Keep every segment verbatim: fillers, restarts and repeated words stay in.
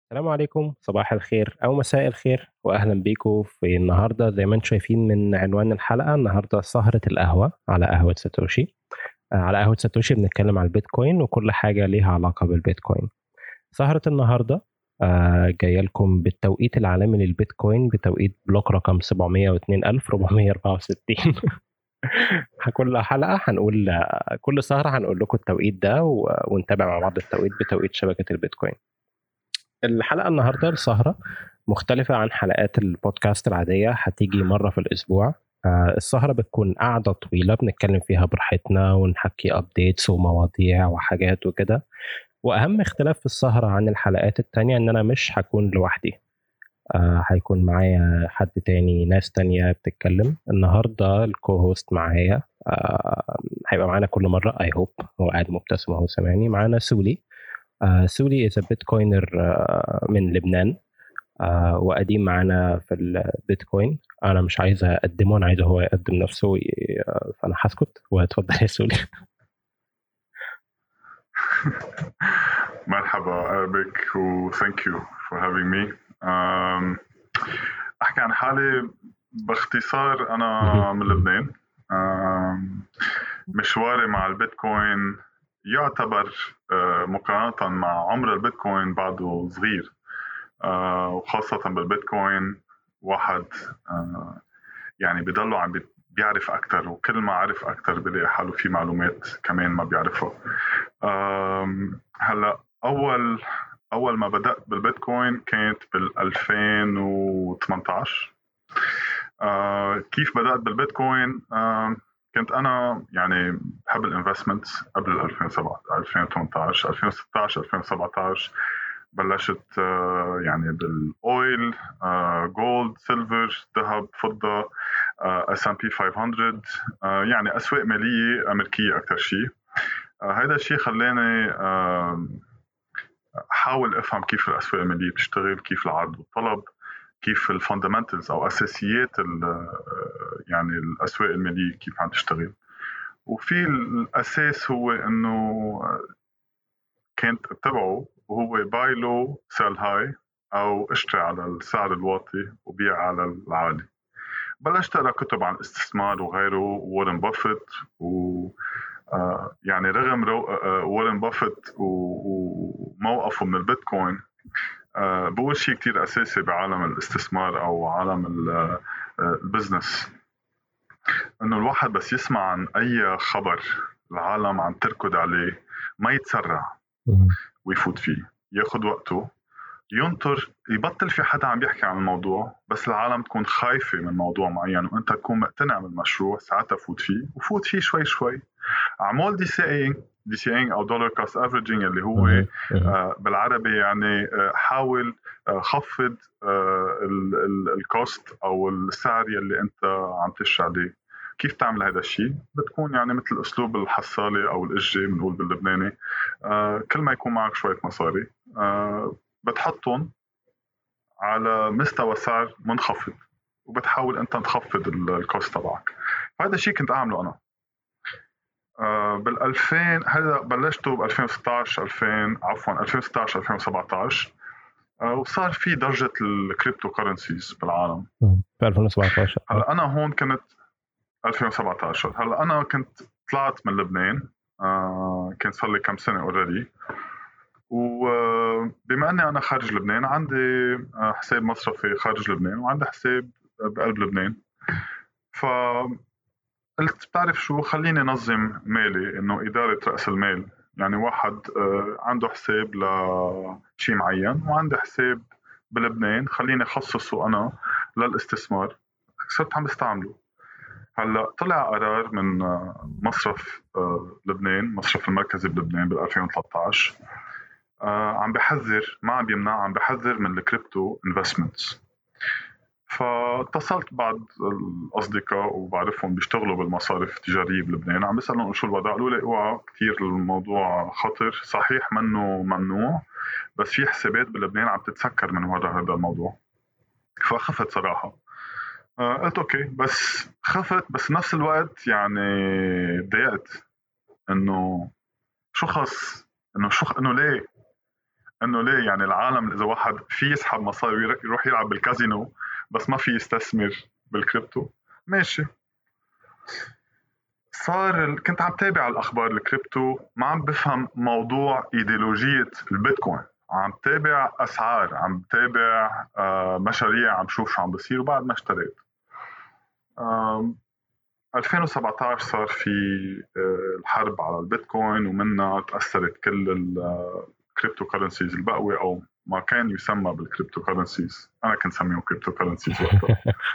السلام عليكم، صباح الخير أو مساء الخير، وأهلا بيكم في النهاردة. زي ما انتم شايفين من عنوان الحلقة، النهاردة سهرة القهوة على قهوة ساتوشي. آه، على قهوة ساتوشي بنتكلم على البيتكوين وكل حاجة ليها علاقة بالبيتكوين. سهرة النهاردة آه، جاية لكم بالتوقيت العالمي للبيتكوين بتوقيت بلوك رقم سبعمية واثنين ألف وأربعمية وأربعة وستين. كل حلقة هنقول آه، كل سهرة هنقول لكم التوقيت ده و- ونتابع مع بعض التوقيت بتوقيت شبكة البيتكوين. الحلقة النهاردة السهرة مختلفة عن حلقات البودكاست العادية، هتيجي مرة في الأسبوع. آه، السهرة بتكون قعدة طويلة بنتكلم فيها براحتنا ونحكي أبديتس ومواضيع وحاجات وكده. وأهم اختلاف في السهرة عن الحلقات التانية إن أنا مش هكون لوحدي. آه، هيكون معايا حد تاني، ناس تانية بتتكلم. النهاردة الكو هوست معايا، آه، هيبقى معانا كل مرة I hope. هو قاعد مبتسم اهو سامعني. معانا سولي. آه، سوري is a bitcoiner آه، من لبنان. آه، وقديم معانا في البيتكوين. انا مش عايز اقدمه، انا عايزه هو يقدم نفسه وي- آه، فانا هسكت واتفضل يا سوري. مرحبا Arabic و thank you for having me. um, أحكي عن حالي باختصار. أنا من لبنان. um, مشواري مع البيتكوين يعتبر uh, مقارنة مع عمر البيتكوين بعده صغير. uh, وخاصة بالبيتكوين واحد uh, يعني بيضلوا عم بيعرف أكتر، وكل ما عرف أكتر بلاقي حاله في معلومات كمان ما بيعرفها. um, هلأ أول أول ما بدأت بالبيتكوين كانت بالألفين وثمانتعش. آه كيف بدأت بالبيتكوين؟ آه كنت أنا يعني بحب الانفستمنت قبل ألفين وسبعة ألفين وثمانتعش ألفين وستة عشر ألفين وسبعتعش. بلشت آه يعني بالأويل، آه جولد، سيلفر، ذهب، فضة، اس ام بي خمسمية، آه يعني أسواق مالية أمريكية أكثر شيء. آه هذا الشيء خلاني آه حاول افهم كيف الاسواق الماليه بتشتغل، كيف العرض والطلب، كيف الفاندمنتالز او اساسيات يعني الاسواق الماليه كيف عم تشتغل. وفي الاساس هو انه كنت اتبعه، وهو باي لو سيل هاي، او اشتري على السعر الواطي وبيع على العالي. بلشت اقرا كتب عن الاستثمار وغيره، وورن بافيت، و آه يعني رغم آه وورن بافيت وموقفه من البيتكوين، آه بقول شيء كتير أساسي بعالم الاستثمار أو عالم البزنس، إنه الواحد بس يسمع عن أي خبر العالم عم تركض عليه ما يتسرع ويفوت فيه، ياخد وقته، ينطر، يبطل في حدا عم يحكي عن الموضوع، بس العالم تكون خايفة من موضوع معين وانت تكون مقتنع بالمشروع، ساعتها فوت فيه وفوت فيه شوي شوي. اعمل دي سي اي دي سي اي او دولار كوست افريجينج، اللي هو آه بالعربي يعني آه حاول آه خفض آه الكوست او السعر يلي انت عم تشتري عليه. كيف تعمل هذا الشيء؟ بتكون يعني مثل اسلوب الحصاله او الاجه بنقول باللبناني. آه كل ما يكون معك شويه مصاري، آه بتحطهم على مستوى سعر منخفض، وبتحاول انت تخفض الكوست تبعك. هذا الشيء كنت اعمله انا. آه بالألفين، هذا بلشته بألفين وستة عشر ألفين عفوا ألفين وستة عشر ألفين وسبعتعش. آه وصار في ضجة الكريبتو كورنسيز بالعالم في ألفين وسبعتاشر. هلا أنا هون كنت ألفين وسبعتعش. هلا أنا كنت طلعت من لبنان، آه كان صار لي كم سنة اوريدي، وبما أني أنا خارج لبنان عندي حساب مصرفي خارج لبنان وعندي حساب بقلب لبنان. ف قلت بتعرف شو، خليني نظم مالي، إنه إدارة رأس المال. يعني واحد عنده حساب لشيء معين وعنده حساب بلبنان، خليني خصصه أنا للاستثمار. صرت عم بستعمله. هلا طلع قرار من مصرف لبنان، مصرف المركزي بلبنان بال ألفين وثلاثة عشر، عم بحذر، ما عم بيمنع، عم بحذر من الكريبتو انفستمنتس. فاتصلت بعض الأصدقاء وبعرفهم بيشتغلوا بالمصارف التجارية بلبنان، عم بسألهم شو الوضع. قالوا لي اوعى كتير الموضوع خطر، صحيح منه ممنوع، بس في حسابات بلبنان عم تتسكر من وراء هذا الموضوع. فخفت صراحة. آه قلت اوكي، بس خفت، بس نفس الوقت يعني ضايقت انه شو خص، انه شو انه ليه انه ليه يعني العالم اذا واحد في يسحب مصاري يروح يلعب بالكازينو بس ما في يستثمر بالكريبتو ماشي. صار كنت عم تابع الاخبار الكريبتو، ما عم بفهم موضوع ايديولوجيه البيتكوين، عم تابع اسعار، عم تابع آه مشاريع، عم شوف شو عم بصير. وبعد ما اشتريت آه ألفين وسبعطعش صار في آه الحرب على البيتكوين، ومنها تاثرت كل الكريبتو كورنسيز البقوي او ما كان يسمى بالكريبتو كورنسيز، انا كنت سميهم كريبتو كورنسيز وقتها.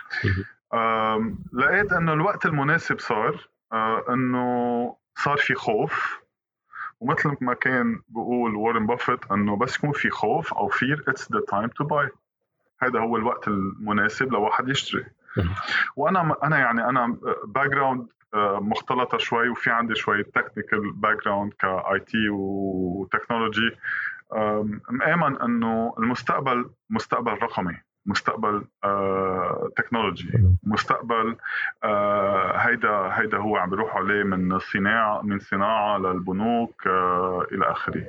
لقيت انه الوقت المناسب صار آه انه صار في خوف، ومثل ما كان بقول وارن بافيت انه بس يكون في خوف او fear it's the time to buy، هذا هو الوقت المناسب لواحد يشتري. وانا انا يعني انا باك جراوند مختلطه شوي، وفي عندي شوي تكنيكال باك جراوند كاي تي وتكنولوجي. مآمن انه المستقبل مستقبل رقمي، مستقبل آه، تكنولوجي، مستقبل آه، هيدا هيدا هو عم بيروح عليه من صناعة من صناعة للبنوك آه، إلى آخره.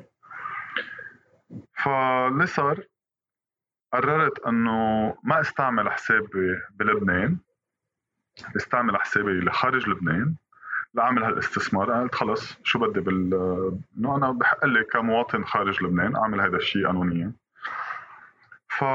فاللي صار قررت أنه ما استعمل حسابي بلبنان، استعمل حسابي اللي خارج لبنان لأعمل هالاستثمار. أنا قلت خلص شو بدي بال إنه أنا بحق لي كمواطن خارج لبنان أعمل هذا الشيء قانونيا. ف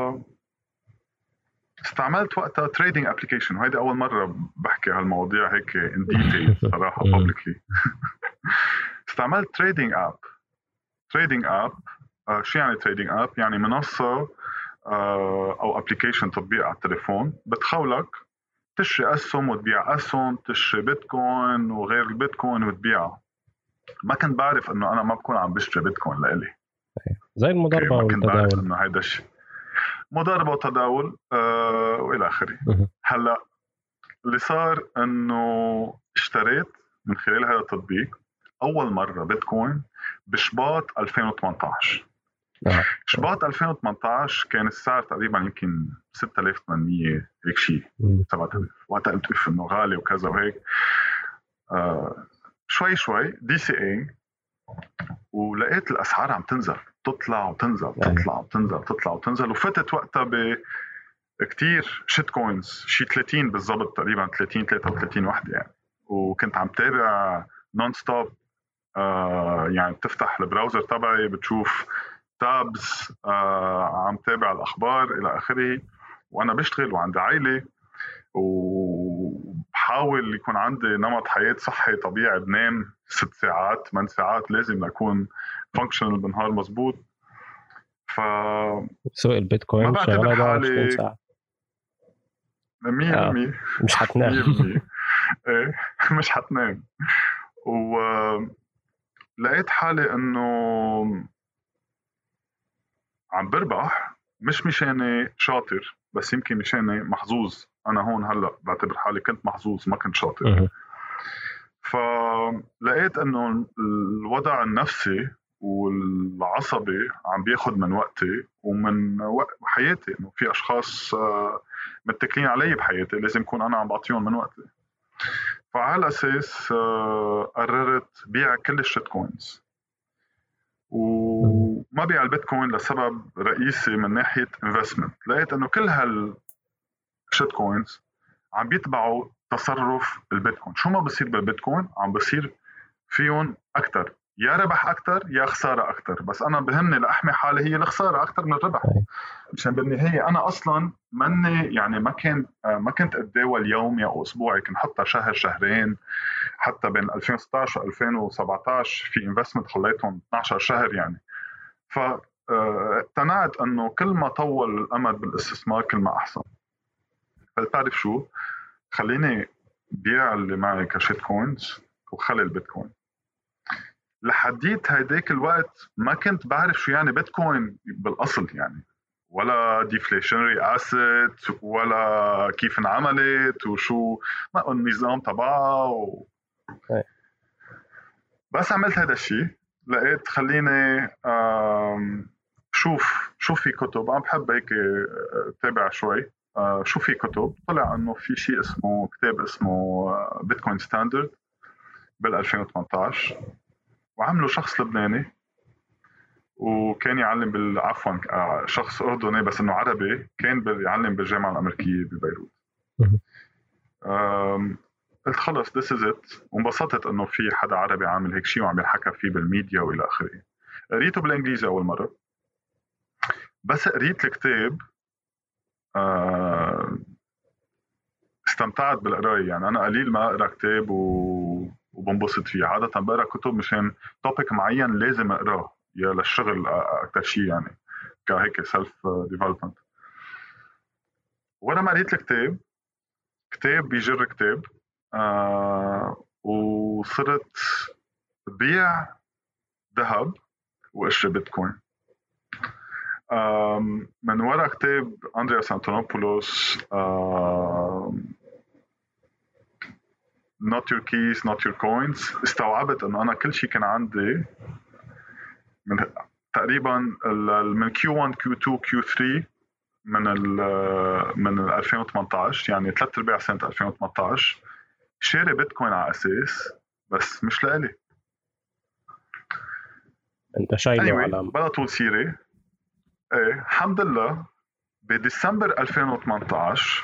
استعملت وقتها تريدينج ابلكيشن، وهيدي اول مره بحكي هالمواضيع هيك ان ديتيل صراحه بابليكلي. استعملت تريدينج اب. تريدينج اب شو يعني تريدينج اب؟ يعني منصه آه او ابلكيشن، تطبيق على التليفون بتخولك تشتري اسهم وتبيع اسهم، تشتري بيتكوين وغير البيتكوين وتبيعها. ما كنت بعرف انه انا ما بكون عم بشتري بيتكوين لإلي، زي المضاربه ما كنت بعرف والتداول. انه هيدا الشيء مضاربه وتداول آه والى اخره. هلا اللي صار انه اشتريت من خلال هذا التطبيق اول مره بيتكوين بشباط ألفين وثمانطعش. آه. شباط ألفين وثمانطعش كان السعر تقريبا يمكن ستة آلاف وثمانمية هيك شيء، سبعة آلاف. وقتها قلت اف انه غالي وكذا وهيك. آه شوي شوي دي سي اي، ولقيت الاسعار عم تنزل، تطلع وتنزل، تطلع وتنزل، تطلع وتنزل. وفتت وقتها ب كتير شيت كوينز، شي ثلاثين بالضبط تقريبا، ثلاثين ثلاثة وثلاثين وحده يعني. وكنت عم تابع نون ستوب آه يعني بتفتح البراوزر تبعي بتشوف تابز آه عم تابع الاخبار الى اخره. وانا بشتغل وعندي عائله وبحاول يكون عندي نمط حياه صحي طبيعي، بنام ست ساعات ثمان ساعات لازم اكون فانكشنال بالنهار مزبوط. ف سوق البيتكوين ما بعتبر شغال أربعة وعشرين حالي ساعة مية بالمية مش هتنام. مية بالمية ايه مش هتنام. ولقيت حالي انه عم بربح، مش مشاني شاطر بس يمكن مشاني محظوظ. انا هون هلا بعتبر حالي كنت محظوظ، ما كنت شاطر. فلقيت انه الوضع النفسي والعصبي عم بياخد من وقتي ومن وقت حياتي، انه في اشخاص متكلين علي بحياتي لازم يكون انا عم بعطيهم من وقتي. فعلى الاساس قررت بيع كل الشيت كوينز، وما بيع البيتكوين لسبب رئيسي من ناحيه انفستمنت. لقيت انه كل هالشيت كوينز عم بيتبعوا تصرف البيتكوين. شو ما بصير بالبيتكوين عم بصير فيهم اكثر، يا ربح اكثر يا خساره اكثر. بس انا بهمني لاحمي حالي هي الخساره اكثر من الربح، مشان بالنهايه انا اصلا مني يعني ما كان ما كنت اتداول يومي او اسبوعي، كنت حتى شهر شهرين. حتى بين ألفين وستة عشر وألفين وسبعطعش في انفستمنت خليتهم اثني عشر شهر يعني. ف اقتنعت انه كل ما طول الامد بالاستثمار كل ما احسن. فلتعرف شو، خليني بيع اللي معي كشيت كوينز وخلي البيتكوين. لحديت هيداك الوقت ما كنت بعرف شو يعني بيتكوين بالاصل يعني، ولا ديفليشنري اسيت ولا كيف انعملت وشو ما النظام تبعها و... بس عملت هذا الشيء. لقيت خليني شوف شو في كتب، عم بحب هيك تابع شوي شو في كتب. طلع انه في شيء اسمه كتاب اسمه بيتكوين ستاندرد بال ألفين وثمانطعش، وعمله شخص لبناني وكان يعلم بال عفوا شخص أردني بس إنه عربي، كان بيعلم بالجامعة الأمريكية ببيروت. قلت خلص this is it، وانبسطت إنه في حدا عربي عامل هيك شيء وعم يحكى فيه بالميديا وإلى آخره. قريته بالإنجليزي أول مرة، بس قريت الكتاب استمتعت بالقراية. يعني أنا قليل ما أقرأ كتاب و... وبنبسط فيه، عادة بقرأ كتب مشان توبيك معين لازم أقراه يا للشغل أكتر شيء، يعني كهيك سيلف ديفلوبمنت. وأنا ما قريت الكتاب، كتاب بيجر كتاب، آه وصرت بيع ذهب واشتري بيتكوين من وراء كتاب أندرياس أنتونوبولوس Not your keys, not your coins. استوعبت أنه أنا كل شيء كان عندي من تقريبا من كيو واحد كيو اثنين كيو ثلاثة من ال من ألفين وثمانية عشر، يعني ثلاث أرباع سنة ألفين وثمانية عشر شاري بيتكوين على أساس، بس مش لإلي. أنت شايله anyway, على بلا طول سيرة. إيه الحمد لله بديسمبر ألفين وثمانية عشر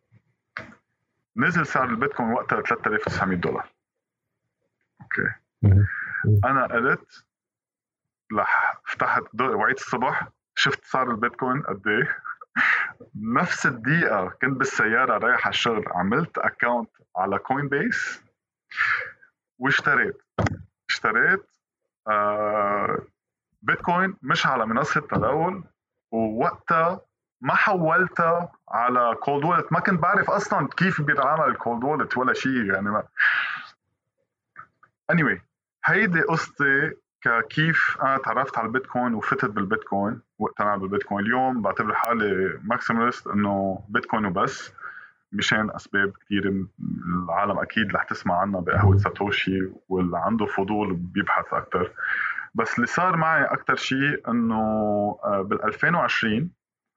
نزل سعر البيتكوين وقتها ثلاثة آلاف وتسعمية دولار. اوكي انا قلت لح فتحت وعيت الصبح شفت سعر البيتكوين قد ايه. نفس الدقيقه كنت بالسياره رايح على الشغل، عملت اكاونت على كوين بيس واشتريت اشتريت آه بيتكوين مش على منصه تداول، ووقتها ما حولتها على كولد وولت. ما كنت بعرف اصلا كيف بيتعامل الكولد وولت ولا شيء يعني ما. anyway هيدي قصتي كيف انا تعرفت على البيتكوين وفتت بالبيتكوين واقتنع بالبيتكوين. اليوم بعتبر حالي ماكسيماليست، انه بيتكوين وبس، مشان اسباب كثير العالم اكيد رح تسمع عنها بقهوة ساتوشي، واللي عنده فضول بيبحث اكثر. بس اللي صار معي اكثر شيء انه بال ألفين وعشرين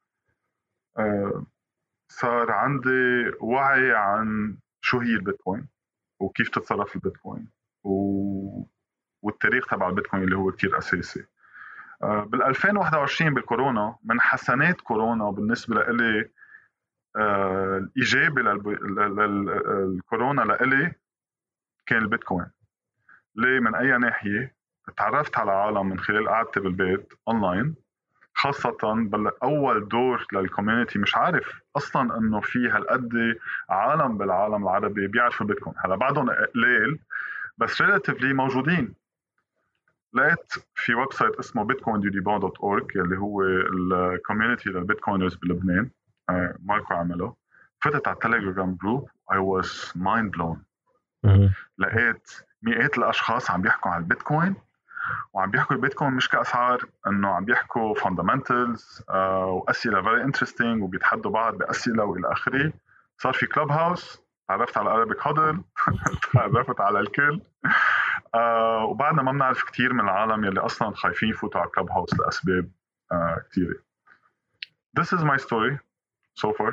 صار عندي وعي عن شو هي البيتكوين وكيف تتصرف البيتكوين و... والتاريخ تبع البيتكوين اللي هو كتير أساسي. بال ألفين وواحد وعشرين بالكورونا، من حسنات كورونا بالنسبة لإلي الإيجابي للكورونا لإلي كان البيتكوين. ليه؟ من أي ناحية؟ تعرفت على عالم من خلال قعدتي بالبيت أونلاين، خاصة أول دور للكوميونيتي مش عارف أصلاً أنه في هالقد عالم بالعالم العربي بيعرفوا البيتكوين. هلا بعدهم قليل بس relatively موجودين. لقيت في ويب سايت اسمه bitcoin du liban dot org اللي هو الكوميونيتي للبيتكوينرز بلبنان، ماركو عمله. فتت على التليجرام جروب I was mind blown. لقيت مئات الأشخاص عم بيحكوا عن البيتكوين، وعم بيحكوا البيتكوين مش كأسعار، انه عم بيحكوا fundamentals آه وأسئلة very interesting، وبيتحدوا بعض بأسئلة وإلى آخره. صار في كلوب هاوس، تعرفت على Arabic Huddle تعرفت على الكل. آه وبعدنا ما بنعرف كتير من العالم يلي أصلاً خايفين يفوتوا على كلوب هاوس لأسباب آه كتيرة. This is my story so far.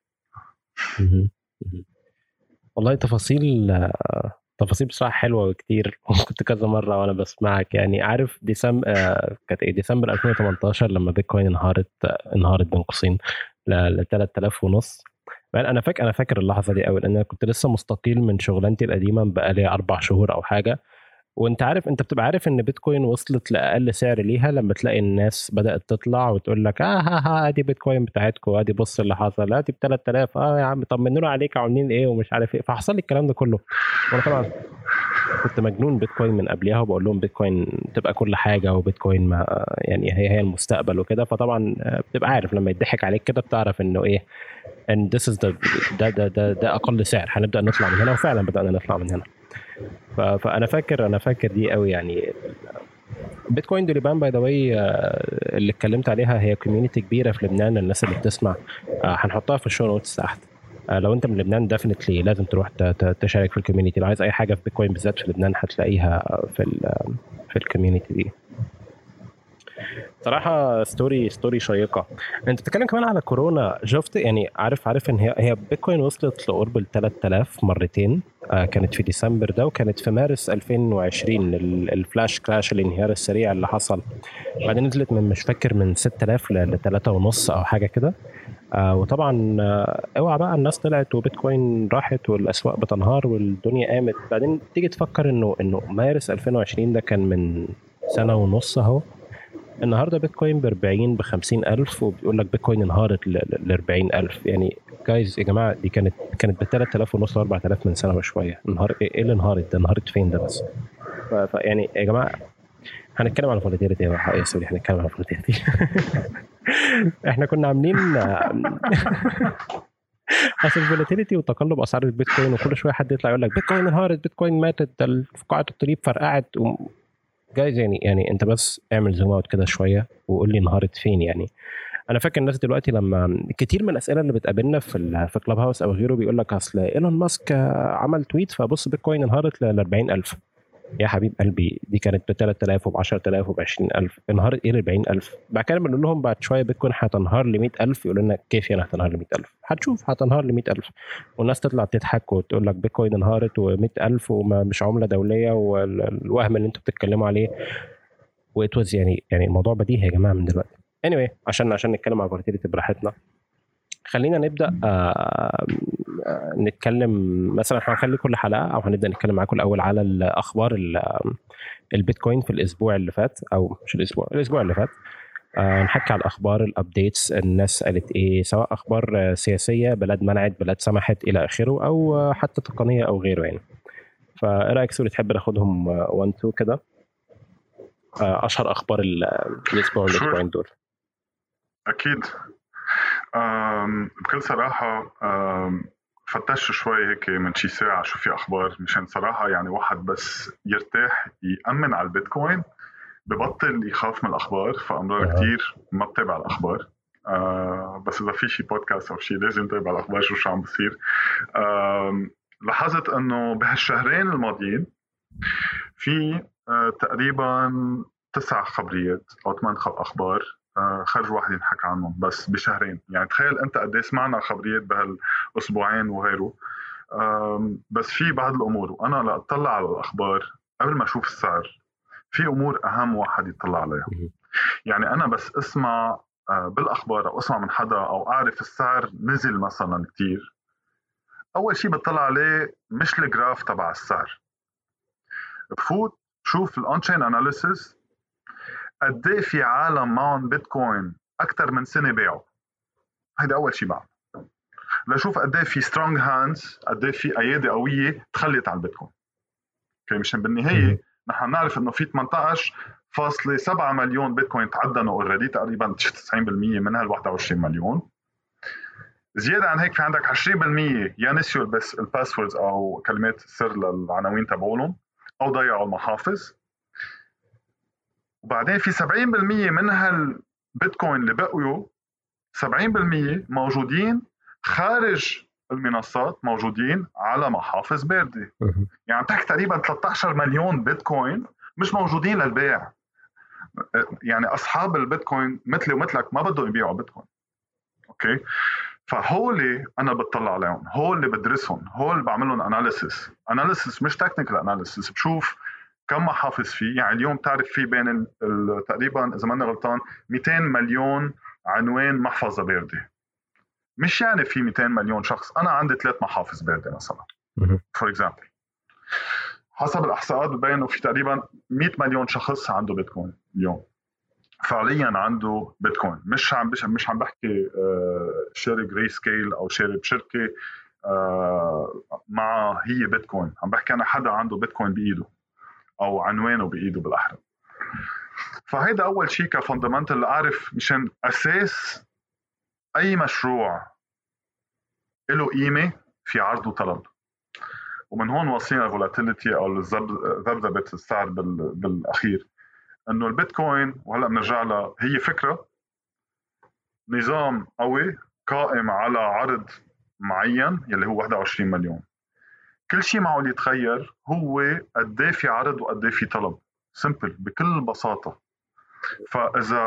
والله تفاصيل تفاصيل بصراحة حلوة وكتير، كنت كذا مرة وأنا بسمعك. يعني عارف ديسمبر كانت إيه ديسمبر ألفين وثمانية عشر لما بيتكوين انهارت انهارت بين قوسين ل ثلاثة آلاف ونص. أنا فاكر أنا فاكر اللحظة دي أوي، لأن أنا كنت لسه مستقيل من شغلانتي القديمة بقالي أربع شهور أو حاجة. وانت عارف انت بتبقى عارف ان بيتكوين وصلت لاقل سعر ليها لما تلاقي الناس بدات تطلع وتقول لك اه ها ها ادي بيتكوين بتاعتكم، ادي بص اللي حصل، ادي ب ثلاثة آلاف، اه يا عم طمنونا عليك عاملين ايه ومش عارف ايه. فحصل لي الكلام ده كله، وانا طبعا كنت مجنون بيتكوين من قبلها، وبقول لهم بيتكوين تبقى كل حاجه، وبيتكوين ما يعني هي هي المستقبل وكده. فطبعا بتبقى عارف لما يضحك عليك كده بتعرف انه ايه ان this is the ده ده ده, ده اقل سعر، هنبدا نطلع من هنا. وفعلا بدانا نطلع من هنا. فانا فاكر انا فاكر دي قوي. يعني بيتكوين دو لبنان باي ذا واي اللي اتكلمت عليها هي كوميونتي كبيره في لبنان. الناس اللي بتسمع هنحطها في الشو نوتس تحت. لو انت من لبنان ديفينتلي لازم تروح تشارك في الكوميونتي. لو عايز اي حاجه في بيتكوين بالذات في لبنان هتلاقيها في ال في الكوميونتي دي. صراحة ستوري ستوري شيقة. انت بتتكلم كمان على كورونا، شفت يعني عارف عارف ان هي هي بيتكوين وصلت لقرب ال ثلاثة آلاف مرتين. آه كانت في ديسمبر ده، وكانت في مارس ألفين وعشرين ال- الفلاش كراش، الانهيار السريع اللي حصل. بعدين نزلت من مش فاكر من ستة آلاف ل ثلاثة ونص او حاجة كده. آه وطبعا آه اوعى بقى الناس طلعت وبيتكوين راحت والاسواق بتنهار والدنيا قامت. بعدين تيجي تفكر انه انه مارس ألفين وعشرين ده كان من سنة ونص اهو. النهارده بيتكوين ب أربعين ب خمسين ألف، وبيقول لك بيتكوين انهارت ل أربعين ألف. يعني جايز يا جماعه، دي كانت كانت ب ثلاثة آلاف ونص أربعة آلاف من سنه وشويه. انهار ايه إيه اللي انهارت ده؟ انهارت فين ده بس؟ ف- فيعني يا جماعه، هنتكلم عن فولاتيليتي يا يا سوري، هنتكلم عن فولاتيليتي. احنا كنا عاملين اصل الفولاتيليتي وتقلب اسعار البيتكوين، وكل شويه حد يطلع يقول لك بيتكوين انهارت، بيتكوين ماتت، ده قاعه الطريق فرقعت. جايز يعني يعني انت بس اعمل زوم اوت كده شويه وقول لي انهارت فين يعني. انا فاكر الناس دلوقتي لما كتير من الاسئله اللي بتقابلنا في ال- في كلاب هاوس او غيره بيقول لك اصل ايلون ماسك آه، عمل تويت فبص بيتكوين انهارت ل أربعين ألف. يا حبيب قلبي، دي كانت ب ثلاثة آلاف وب عشرة آلاف وب عشرين ألف، انهارت ايه ل أربعين ألف؟ بعد كده بنقول لهم بعد شويه بيتكوين هتنهار ل مئة ألف، يقولوا لنا كيف يعني هتنهار ل مئة ألف؟ هتشوف هتنهار ل مئة ألف. والناس تطلع تضحك وتقول لك بيتكوين انهارت و100 ألف ومش عمله دوليه والوهم اللي انتوا بتتكلموا عليه. واتوز يعني يعني الموضوع بديهي يا جماعه من دلوقتي. anyway عشان عشان نتكلم على فولاتيليتي براحتنا، خلينا نبدا. آه آه نتكلم مثلا، احنا هنخلي كل حلقه او هنبدا نتكلم معاكم الاول على الاخبار ال- البيتكوين في الاسبوع اللي فات، او مش الاسبوع الاسبوع اللي فات. آه نحكي على الاخبار، الابديتس، الناس قالت ايه، سواء اخبار آه، سياسيه، بلاد منعت، بلاد سمحت الى اخره، او آه، حتى تقنيه او غيره يعني. فايه رايك سوري، تحب ناخدهم واحد اتنين كده؟ آه، اشهر اخبار ال- الاسبوع والاسبوعين دول. أكيد. أم، بكل صراحة أم، فتشت شوي هيك من شي ساعة شو في أخبار، مشان صراحة يعني واحد بس يرتاح يأمن على البيتكوين ببطل يخاف من الأخبار. فأمرار أه. كتير ما بتابع الأخبار. أه بس إذا في شي بودكاست أو شي لازم تابع الأخبار شو شو عم بصير. أم، لاحظت أنه بهالشهرين الماضيين في أه تقريبا تسع خبريات أو ثمان أخبار آه، خرج واحد ينحكى عنهم بس بشهرين. يعني تخيل انت قد ايه سمعنا خبريات بهالاسبوعين وغيره. آم، بس في بعض الامور، وانا لا اطلع على الاخبار قبل ما اشوف السعر، في امور اهم واحد يطلع عليها. مهم. يعني انا بس اسمع آه، بالاخبار او اسمع من حدا او اعرف السعر نزل مثلا كتير، اول شيء بطلع عليه مش الجراف تبع السعر، بفوت شوف الاون تشين اناليسيس قد ايه في عالم معهم بيتكوين اكثر من سنه باعوا. هيدا اول شيء بعمل لشوف قد ايه في سترونج هاندز، قد ايه في ايادي قويه تخلت على البيتكوين. اوكي، مشان بالنهايه نحن نعرف انه في ثمانية عشر فاصلة سبعة مليون بيتكوين تعدنوا اوريدي، تقريبا تسعين بالمية من هال واحد وعشرين مليون. زياده عن هيك في عندك عشرين بالمية يا نسيوا بس الباسوردز او كلمات السر للعناوين تبعولهم، او ضيعوا المحافظ. وبعدين في سبعين بالمية من هالبيتكوين اللي بقيوا، سبعين بالمية موجودين خارج المنصات، موجودين على محافظ باردة. مهم. يعني تحكي تقريبا ثلاثة عشر مليون بيتكوين مش موجودين للبيع. يعني أصحاب البيتكوين مثلي ومثلك ما بدهم يبيعوا بيتكوين. أوكي، فهولي أنا بتطلع عليهم، هول اللي بدرسهم، هول اللي بعملهم أناليسيس. أناليسيس مش تكنيكال أناليسيس، بشوف كم محافظ فيه. يعني اليوم تعرف في بين ال- ال- تقريبا إذا ما أنا غلطان مئتين مليون عنوان محفظة باردة. مش يعني في مئتين مليون شخص انا عندي ثلاث محافظ باردة مثلا مهم. فور اكزامبل، حسب الاحصاءات ببين انه في تقريبا مئة مليون شخص عنده بيتكوين اليوم، فعليا عنده بيتكوين. مش عم مش, مش عم بحكي آه، شاري جري سكيل او شاري بشركه آه، مع هي بيتكوين، عم بحكي انا حدا عنده بيتكوين بايده او عنوانه بايده بالاحرى. فهيدا اول شيء كفندمنتال اعرف، مشان اساس اي مشروع له قيمه في عرض وطلب. ومن هون وصلنا الفولاتيليتي او ذبذبه السعر بالاخير، انه البيتكوين وهلا بنرجع لها هي فكره نظام قوي قائم على عرض معين يلي هو واحد وعشرين مليون. كل شيء معه اللي يتغير هو قد ايه في عرض وقد ايه في طلب، سمبل بكل بساطه. فاذا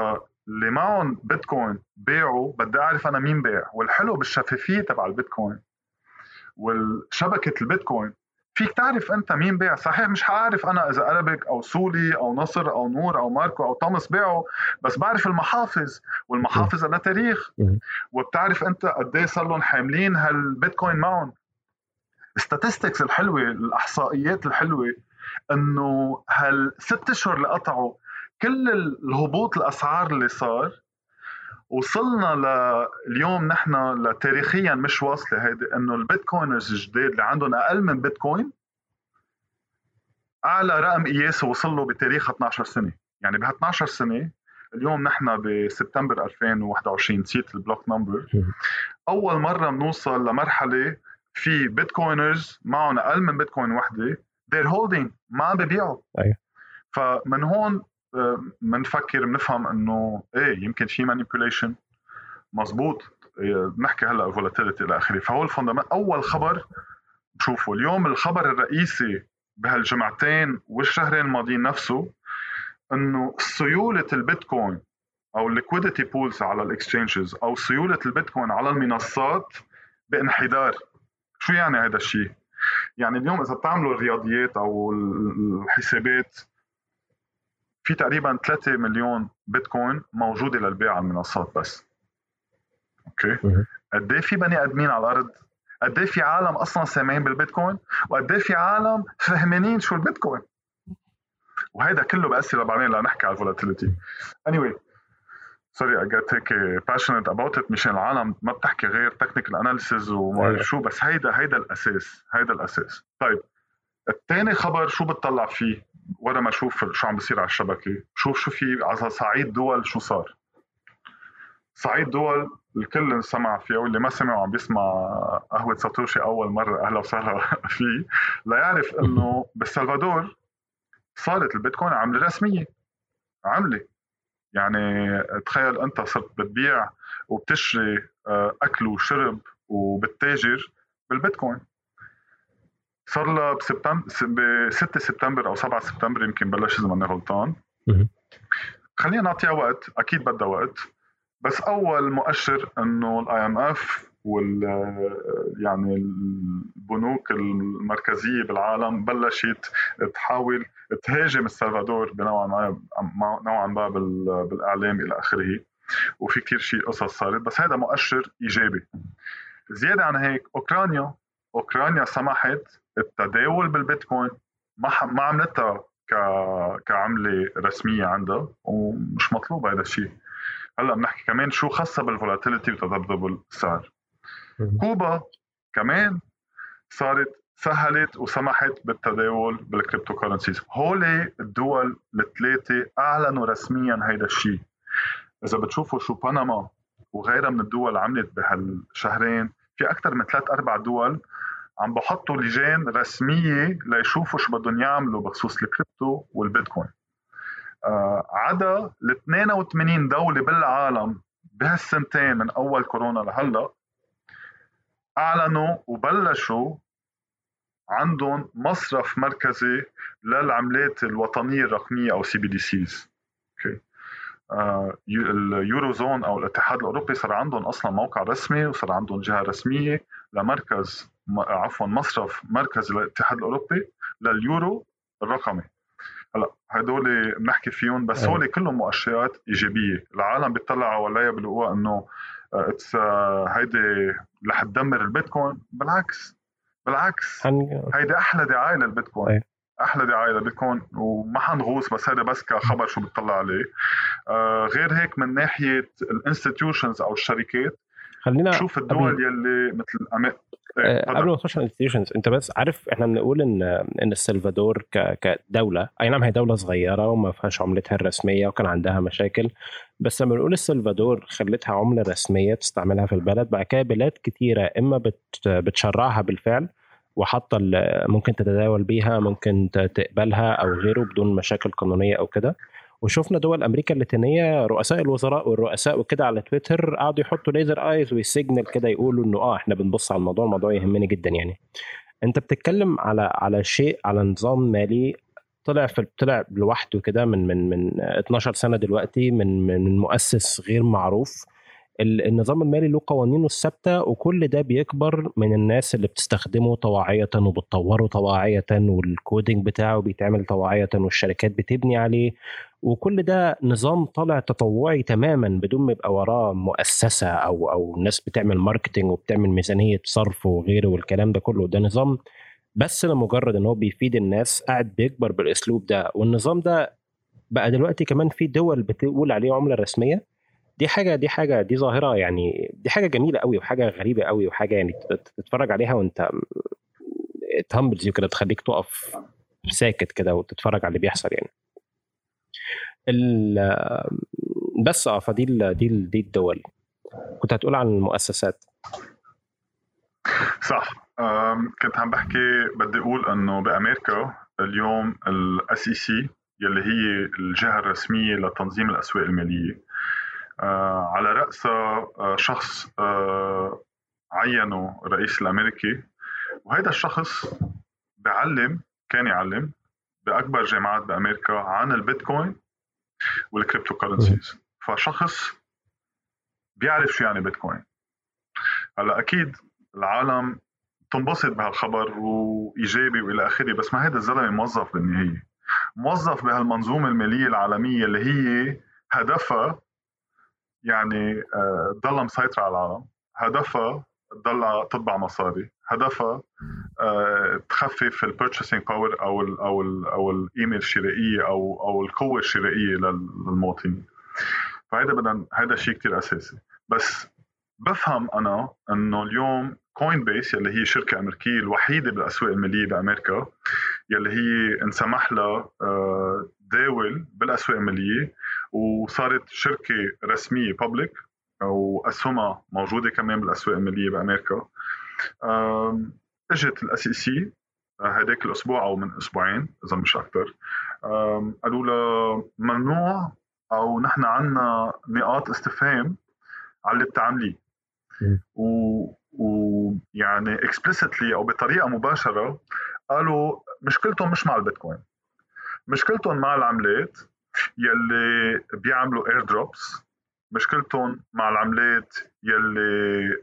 اللي معهم بيتكوين بيعوا، بدي أعرف أنا مين بيع. والحلو بالشفافية تبع البيتكوين والشبكة البيتكوين، فيك تعرف أنت مين بيع. صحيح مش هعرف أنا إذا أرابيك أو سولي أو نصر أو نور أو ماركو أو توماس بيعوا، بس بعرف المحافظ، والمحافظ لها تاريخ، وبتعرف أنت قديه صار لهم حاملين هالبيتكوين معهم. statistics الحلوة، الإحصائيات الحلوة، إنه هالست أشهر اللي قطعوا كل الهبوط الأسعار اللي صار، وصلنا لليوم نحن لتاريخيا مش واصلة هيدي، إنه البيتكوينرز الجديد اللي عندهم أقل من بيتكوين أعلى رقم قياسه وصل له بتاريخ اثني عشر سنة. يعني ب اثني عشر سنة، اليوم نحن بسبتمبر ألفين وواحد وعشرين، نسيت البلوك نمبر، أول مرة بنوصل لمرحلة في بيتكوينرز معهم أقل من بيتكوين وحدة they're holding، ما عم ببيعوا. أيوة. فمن هون منفكر بنفهم إنه إيه يمكن في manipulation. مزبوط، نحكي هلأ volatility إلى آخره. فهو الفندمنت. أول خبر شوفوا اليوم، الخبر الرئيسي بهالجمعتين والشهرين الماضيين نفسه، إنه سيولة البيتكوين أو liquidity pools على الاكسشينجز أو سيولة البيتكوين على المنصات بانحدار. شو يعني هذا الشيء؟ يعني اليوم إذا بتعملوا الرياضيات أو الحسابات، في تقريبا ثلاثة مليون بيتكوين موجودة للبيع على المنصات بس. أوكي. قد إيه في بني آدمين على الأرض؟ قد إيه في عالم أصلاً سامعين بالبيتكوين؟ وقد إيه في عالم فهمانين شو البيتكوين؟ وهذا كله بأثر بعدين لا نحكي على الفولاتيليتي. anyway sorry I got take passionate about it. مشان العالم ما بتحكي غير technical analysis وما شو، بس هيدا هيدا الأساس، هيدا الأساس. طيب الثاني خبر شو بتطلع فيه ورا ما أشوف شو عم بيصير على الشبكة؟ شوف شو في على صعيد دول شو صار. صعيد دول الكل سمع فيه، واللي ما سمع وعم بيسمع قهوة ساتوشي أول مرة أهلا وسهلا فيه، لا يعرف إنه بالسلفادور صارت البيتكوين عملة رسمية. عملة يعني تخيل أنت صرت بتبيع وبتشري أكل وشرب وبتتاجر بالبيتكوين. صار له بسبتمبر بستة سبتمبر أو سبعة سبتمبر يمكن بلش إذا ماني غلطان. خلينا نعطيها وقت، أكيد بدها وقت، بس أول مؤشر إنه الآي إم إف وال يعني البنوك المركزية بالعالم بلشت تحاول تهاجم السلفادور بنوع ما نوعا ما بالإعلام إلى آخره، وفي كتير شيء قصص صارت، بس هذا مؤشر إيجابي. زيادة عن هيك أوكرانيا أوكرانيا سمحت التداول بالبيتكوين، ما ما عملتها ك كعملة رسمية عندها، ومش مطلوب هذا الشيء. هلا بنحكي كمان شو خاصة بالفولاتيليتي وتذبذب السعر. كوبا كمان صارت سهلت وسمحت بالتداول بالكريبتو كورنسيز. هولي الدول الثلاثة أعلنوا رسميا هيدا الشيء. إذا بتشوفوا شو بنما وغيرها من الدول عملت بهالشهرين، في أكثر من ثلاث أربع دول عم بحطوا لجان رسمية ليشوفوا شو بدهم يعملوا بخصوص الكريبتو والبيتكوين. آه عدا ل اثنين وثمانين دولة بالعالم بهالسنتين من أول كورونا لهلا أعلنوا وبلشوا عندهم مصرف مركزي للعملات الوطنية الرقمية أو سي بي دي سيز. أوكي. آه اليوروزون أو الاتحاد الأوروبي صار عندهم أصلا موقع رسمي، وصار عندهم جهة رسمية لمركز عفوا مصرف مركزي للاتحاد الأوروبي لليورو الرقمي. هلا هدول بنحكي فيهم، بس هول كلهم مؤشرات إيجابية. العالم بيطلعوا ولا بيقولوا إنه اتس هيدي رح تدمر البيتكوين. بالعكس بالعكس هيدي أحلى دعاية للبيتكوين. أي. أحلى دعاية للبيتكوين، وما حنغوص، بس هذا بس كخبر شو بتطلع عليه. آه غير هيك من ناحية الانستيتيوشنز أو الشركات، خلينا شوف الدول قبل... يلي مثل أمريكا. إيه قبل ما نخش على الانستيتيوشنز، انت بس عارف احنا بنقول ان ان السلفادور ك... كدوله، اي نعم هي دوله صغيره وما فيهاش عملتها الرسميه وكان عندها مشاكل، بس لما بنقول السلفادور خلتها عمله رسميه تستعملها في البلد، بعد كده بلاد كتيره اما بت... بتشرعها بالفعل وحاطه ممكن تتداول بيها، ممكن تقبلها او غيره بدون مشاكل قانونيه او كده. وشوفنا دول امريكا اللاتينيه رؤساء الوزراء والرؤساء وكده على تويتر قعدوا يحطوا ليزر ايز ويسيجنال كده، يقولوا انه اه احنا بنبص على الموضوع، الموضوع يهمنا جدا. يعني انت بتتكلم على على شيء، على نظام مالي طلع في طلع لوحده كده من من من اتناشر سنه دلوقتي، من من مؤسس غير معروف. النظام المالي له قوانينه الثابته، وكل ده بيكبر من الناس اللي بتستخدمه طواعيه وبتطوره طواعيه، والكودينج بتاعه بيتعمل طواعيه، والشركات بتبني عليه. وكل ده نظام طالع تطوعي تماما بدون ما يبقى وراه مؤسسه او او ناس بتعمل ماركتنج وبتعمل ميزانيه صرف وغيره والكلام ده كله. ده نظام بس لمجرد ان هو بيفيد الناس، قاعد بيكبر بالاسلوب ده. والنظام ده بقى دلوقتي كمان في دول بتقول عليه عملة رسمية. دي حاجة دي حاجة دي ظاهرة، يعني دي حاجة جميلة قوي وحاجة غريبة قوي وحاجة يعني تتفرج عليها وانت تهمبلز كده، تخليك تقف ساكت كده وتتفرج على اللي بيحصل يعني. بس اه فدي دي دي الدول. كنت هتقول عن المؤسسات. صح. كنت عم بحكي، بدي اقول انه بامريكا اليوم الاس اي سي يلي هي الجهه الرسميه لتنظيم الاسواق الماليه، على راسها شخص عينه الرئيس الامريكي، وهذا الشخص بعلم كان يعلم باكبر جامعات بامريكا عن البيتكوين والكريبتو كورنسيز. فشخص بيعرف شو يعني بيتكوين. هلا اكيد العالم تنبسط بهالخبر وايجابي والى اخره، بس ما هذا الزلمه موظف بالنهايه، موظف بهالمنظومه الماليه العالميه اللي هي هدفها يعني تضل مسيطره على العالم، هدفها تضل تطبع مصاري، هدفها تخفف البيرتشيسنج باور او ال او ال او القيمه الشرائيه او او القوه الشرائيه للمواطنين. فهذا بدنا هذا شيء كتير اساسي. بس بفهم انا انه اليوم كوين بيس يلي هي شركه امريكيه الوحيده بالاسواق الماليه بامريكا يلي هي انسمح لها تداول بالاسواق الماليه وصارت شركه رسميه بابليك واسهمها موجوده كمان بالاسواق الماليه بامريكا، اجت الاس اي سي هداك الاسبوع او من اسبوعين اذا مش اكثر، قالوا له ممنوع او نحن عنا نقاط استفهام على اللي بتعمليه، ويعني explicitly او بطريقه مباشره قالوا مشكلتهم مش مع البيتكوين، مشكلتهم مع العملات يلي بيعملوا اير دروبس، مشكلتهم مع العملات يلي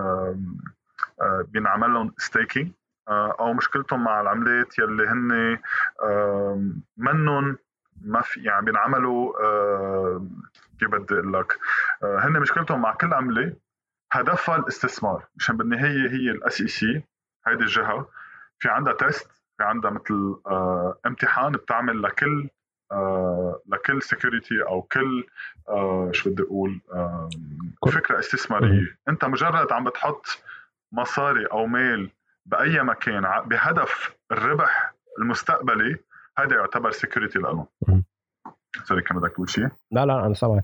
بينعمل لهم ستيكينج، او مشكلتهم مع العملات يلي هن منهم ما في يعني بينعملوا كيف بدي اقول لك، هن مشكلتهم مع كل عمله هدفها الاستثمار. مشان بالنهايه هي الاس اي سي هيدي الجهه في عندها تيست، في عندها مثل آه امتحان بتعمل لكل آه لكل سيكوريتي او كل آه شو بدي اقول آه فكره استثماريه. انت مجرد عم بتحط مصاري او مال باي مكان بهدف الربح المستقبلي، هذا يعتبر سيكوريتي لهم. سوري كم بدك تقول شيء؟ لا لا انا سامعك.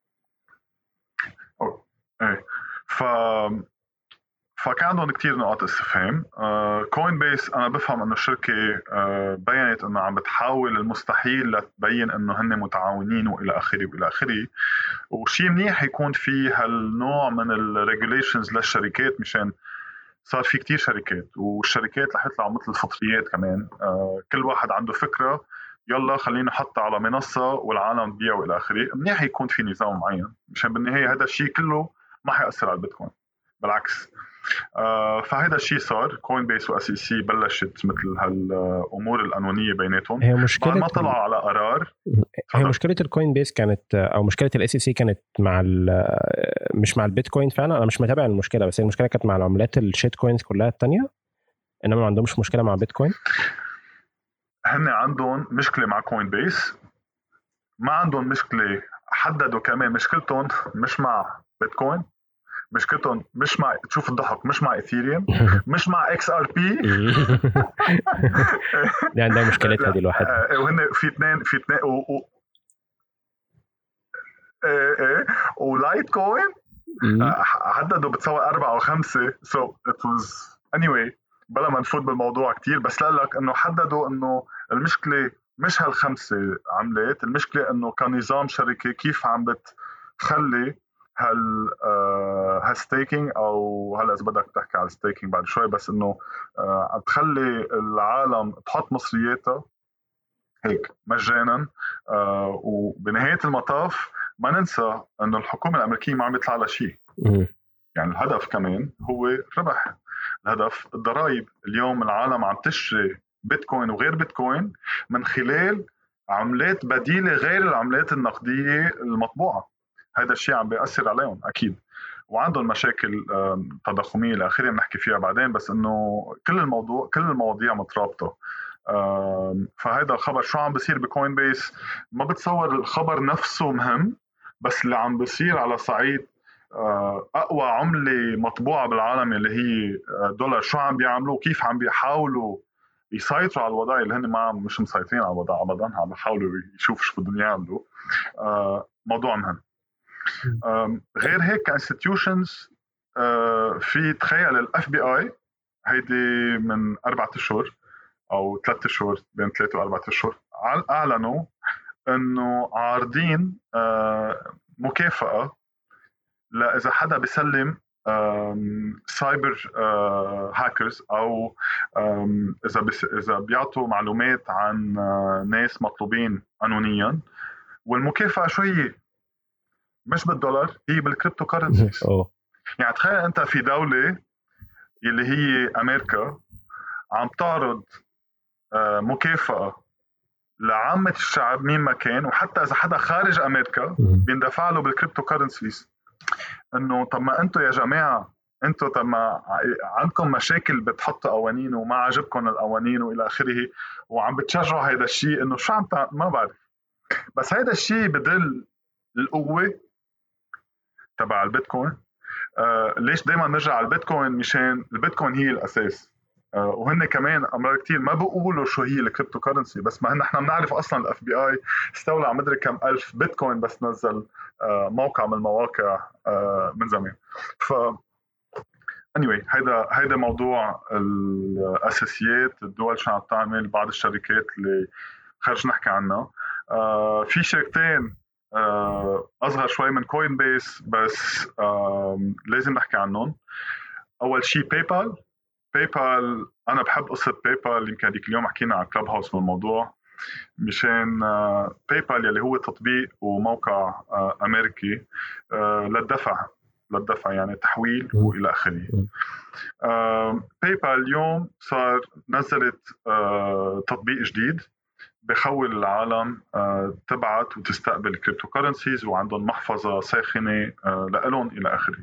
ايه ف فكان عندهم كتير نقاط استفهام. كوين بيس أنا بفهم أنه الشركة آه بيّنت أنه عم بتحاول المستحيل لتبين أنه هن متعاونين وإلى آخره وإلى آخره، وشي منيح يكون في هالنوع من الريجوليشنز للشركات، مشان صار في كتير شركات والشركات رح يطلعوا مثل الفطريات كمان، آه كل واحد عنده فكرة يلا خلينا نحطها على منصة والعالم تبيع وإلى آخره. منيح يكون في نظام معين، مشان بالنهاية هذا الشيء كله ما حيأثر على البيتكوين، بالعكس. آه فهذا الشيء صار. كوين بيس واس اي سي بلشت مثل هالامور القانونيه بيناتهم. هي مشكله ما طلعوا على قرار. هي مشكله الكوين بيس كانت او مشكله الاس اي سي كانت مع مش مع البيتكوين فعلا. انا مش متابع المشكله، بس المشكله كانت مع العملات الشيت كوينز كلها الثانيه، انما ما عندهمش مشكله مع بيتكوين. هن عندهم مشكله مع كوين بيس، ما عندهم مشكله. حددوا كمان مشكلتهم مش مع بيتكوين، مشكلتهم مش مع تشوف الضحك مش مع ايثيريوم، مش مع اكس ار بي. دي عندها مشكلتها دي لوحدها. وهن في اثنين في اثنين و... و... ايه ايه ولايت كوين حددوا بتساوي أربعة أو خمسة. so it was anyway بلا ما نفوت بالموضوع كتير، بس لك انه حددوا انه المشكله مش هالخمسه عملات، المشكله انه كنظام شركه كيف عم بتخلي هال آه هالستيكينج او هلا اذا بدك تحكي على الستيكينج بعد شوي، بس انه آه تخلي العالم تحط مصرياتها هيك مجانا. آه وبنهاية المطاف ما ننسى أنه الحكومة الأمريكية ما عم يطلع لها شيء. يعني الهدف كمان هو ربح. الهدف الضرائب. اليوم العالم عم تشتري بيتكوين وغير بيتكوين من خلال عملات بديلة غير العملات النقدية المطبوعة. هذا الشيء عم بيأثر عليهم أكيد، وعندهم مشاكل تضخمية الأخيرة بنحكي فيها بعدين، بس إنه كل الموضوع كل المواضيع مترابطة. فهذا الخبر شو عم بيصير بكوين بيس، ما بتصور الخبر نفسه مهم، بس اللي عم بيصير على صعيد أقوى عملة مطبوعة بالعالم اللي هي دولار، شو عم بيعملوا، كيف عم بيحاولوا يسيطروا على الوضع اللي هن ما مش مسيطرين على الوضع أبدا، عم بيحاولوا يشوفوا شو بدهم يعملوا. موضوع مهم. غير هيك كانستيتيوشنز، في تخيل الاف بي اي هيدي من أربعة أشهر أو ثلاثة أشهر، بين ثلاثة وأربعة أشهر، أعلنوا إنه عارضين مكافأة لإذا حدا بيسلم سايبر هاكرز أو إذا بس إذا بيعطوا معلومات عن ناس مطلوبين قانونيا. والمكافأة شو هي؟ مش بالدولار، هي بالكريبتو كارنسيز. يعني تخيل أنت في دولة اللي هي أمريكا عم تعرض مكافأة لعامة الشعب مين ما كان، وحتى إذا حدا خارج أمريكا بيندفع له بالكريبتو كارنسيز. إنه طب ما أنتوا يا جماعة، أنتوا طب ما عندكم مشاكل بتحطوا قوانين وما عجبكم القوانين وإلى آخره، وعم بتشجعوا هيدا الشيء إنه شو عم ما بعرف. بس هيدا الشيء بدل القوة تبع البيتكوين. آه ليش دايما نرجع على البيتكوين؟ مشان البيتكوين هي الأساس. آه وهن كمان أمرار كتير ما بيقولوا شو هي الكريبتو كارنسي، بس ما هن احنا بنعرف أصلا الاف بي اي استولى على مدري كم ألف بيتكوين بس نزل آه موقع من المواقع آه من زمان. ف anyway هيدا هيدا موضوع الأساسيات. الدول شو عم تعمل، بعض الشركات اللي خرج نحكي عنها. آه في شركتين آه أصغر شوي من كوين بيس بس آه لازم نحكي عنهم. أول شيء باي بال. باي بال أنا بحب قصة باي بال، يمكن هذيك اليوم حكينا على كلاب هاوس بالموضوع. مشان آه باي بال يلي هو تطبيق وموقع آه أمريكي آه للدفع للدفع يعني تحويل وإلى آخره. آه باي بال اليوم صار نزلت آه تطبيق جديد بخول العالم آه تبعت وتستقبل كريبتو كارنسيز، وعندهم محفظة ساخنة آه لألون إلى آخره.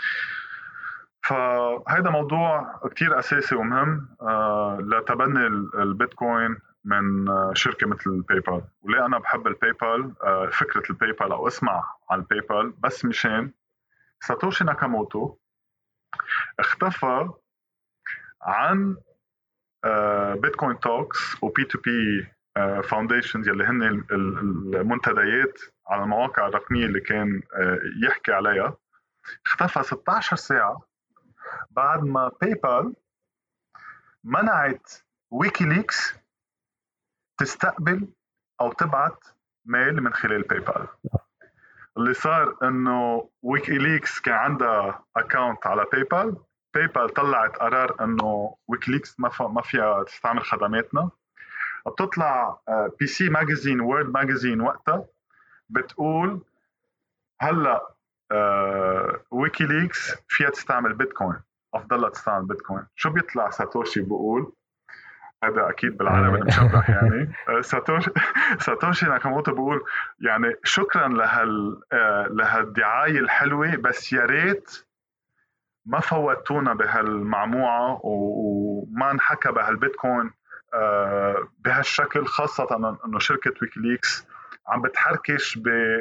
فهذا موضوع كتير أساسي ومهم آه لتبني البيتكوين من آه شركة مثل الباي بال. وليه أنا بحب الباي بال آه فكرة الباي بال أو اسمع على الباي بال، بس مشان ساتوشي ناكاموتو اختفى عن آه بيتكوين توكس وبي تو بي فاونديشنز يلي هن المنتديات على المواقع الرقمية اللي كان يحكي عليها. اختفى ستة عشر ساعة بعد ما باي بال منعت ويكيليكس تستقبل أو تبعت ميل من خلال باي بال. اللي صار إنه ويكيليكس كان عندها أكاونت على باي بال، باي بال طلعت قرار إنه ويكيليكس ما فيها تستعمل خدماتنا. بتطلع بي سي ماجازين وورد ماجازين وقتها بتقول هلا ويكيليكس فيها تستعمل بيتكوين، افضل تستعمل بيتكوين. شو بيطلع ساتوشي بقول؟ هذا اكيد بالعالم المشبح يعني ساتوشي ساتوشي ناكاموتو بقول يعني شكرا لهال لهالدعايه الحلوه، بس يا ريت ما فوتونا بهالمعموعه وما نحكى بهالبيتكوين آه بهالشكل، خاصة أنه شركة ويكيليكس عم بتحركش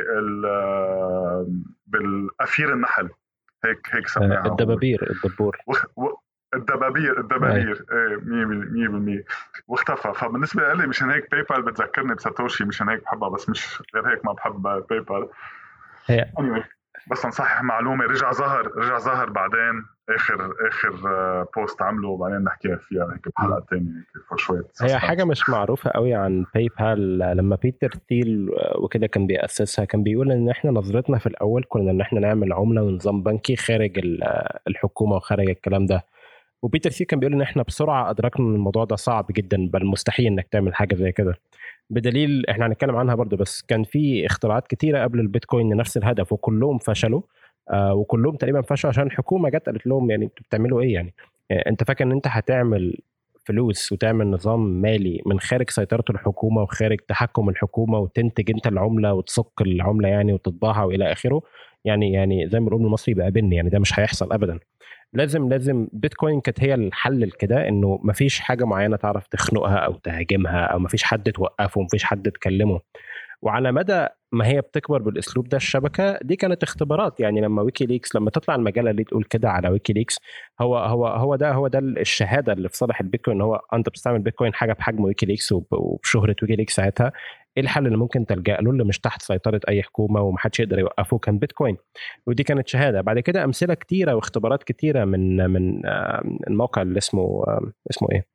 بالأفير النحل، هيك هيك سميها الدبابير الدبور و... الدبابير الدبابير ايه مية بالمية واختفى. فبالنسبة لي مشان هيك باي بال بتذكرني بساتوشي، مشان هيك بحبها، بس مش غير هيك ما بحب باي بال. هي anyway بس نصحح معلومة، رجع ظهر رجع ظهر بعدين آخر آخر بوست عمله، وبعدين نحكيها فيها هيك بحلقة تانية شوية. هي حاجة مش معروفة قوي عن باي بال. لما بيتر ثيل وكده كان بيأسسها كان بيقول إن إحنا نظرتنا في الأول كنا إن إحنا نعمل عملة ونظام بنكي خارج الحكومة وخارج الكلام ده، وبيتر ثيل كان بيقول إن إحنا بسرعة أدركنا إن الموضوع ده صعب جدا، بل مستحيل إنك تعمل حاجة زي كده. بدليل احنا هنتكلم عنها برضو، بس كان في اختراعات كتيره قبل البيتكوين لنفس الهدف وكلهم فشلوا. آه وكلهم تقريبا فشلوا عشان الحكومه جت قالت لهم يعني انتوا بتعملوا ايه يعني. آه انت فاكر ان انت هتعمل فلوس وتعمل نظام مالي من خارج سيطره الحكومه وخارج تحكم الحكومه وتنتج انت العمله وتسوق العمله يعني وتطبعها والى اخره؟ يعني يعني زي ما بنقول المصري بقى بن يعني ده مش هيحصل ابدا. لازم لازم بيتكوين كانت هي الحل لكده، انه مفيش حاجه معينه تعرف تخنقها او تهاجمها او مفيش حد توقفه ومفيش حد تكلمه. وعلى مدى ما هي بتكبر بالاسلوب ده الشبكه دي كانت اختبارات. يعني لما ويكيليكس لما تطلع المجله اللي تقول كده على ويكيليكس، هو هو هو ده هو ده الشهاده اللي في صالح البيتكوين، ان هو انت بتستعمل بيتكوين حاجه بحجم ويكيليكس وبشهره ويكيليكس ساعتها. ايه الحل اللي ممكن تلجأ له اللي مش تحت سيطره اي حكومه ومحدش يقدر يوقفه؟ كان بيتكوين. ودي كانت شهاده. بعد كده امثله كتيره واختبارات كتيره من من الموقع اللي اسمه اسمه ايه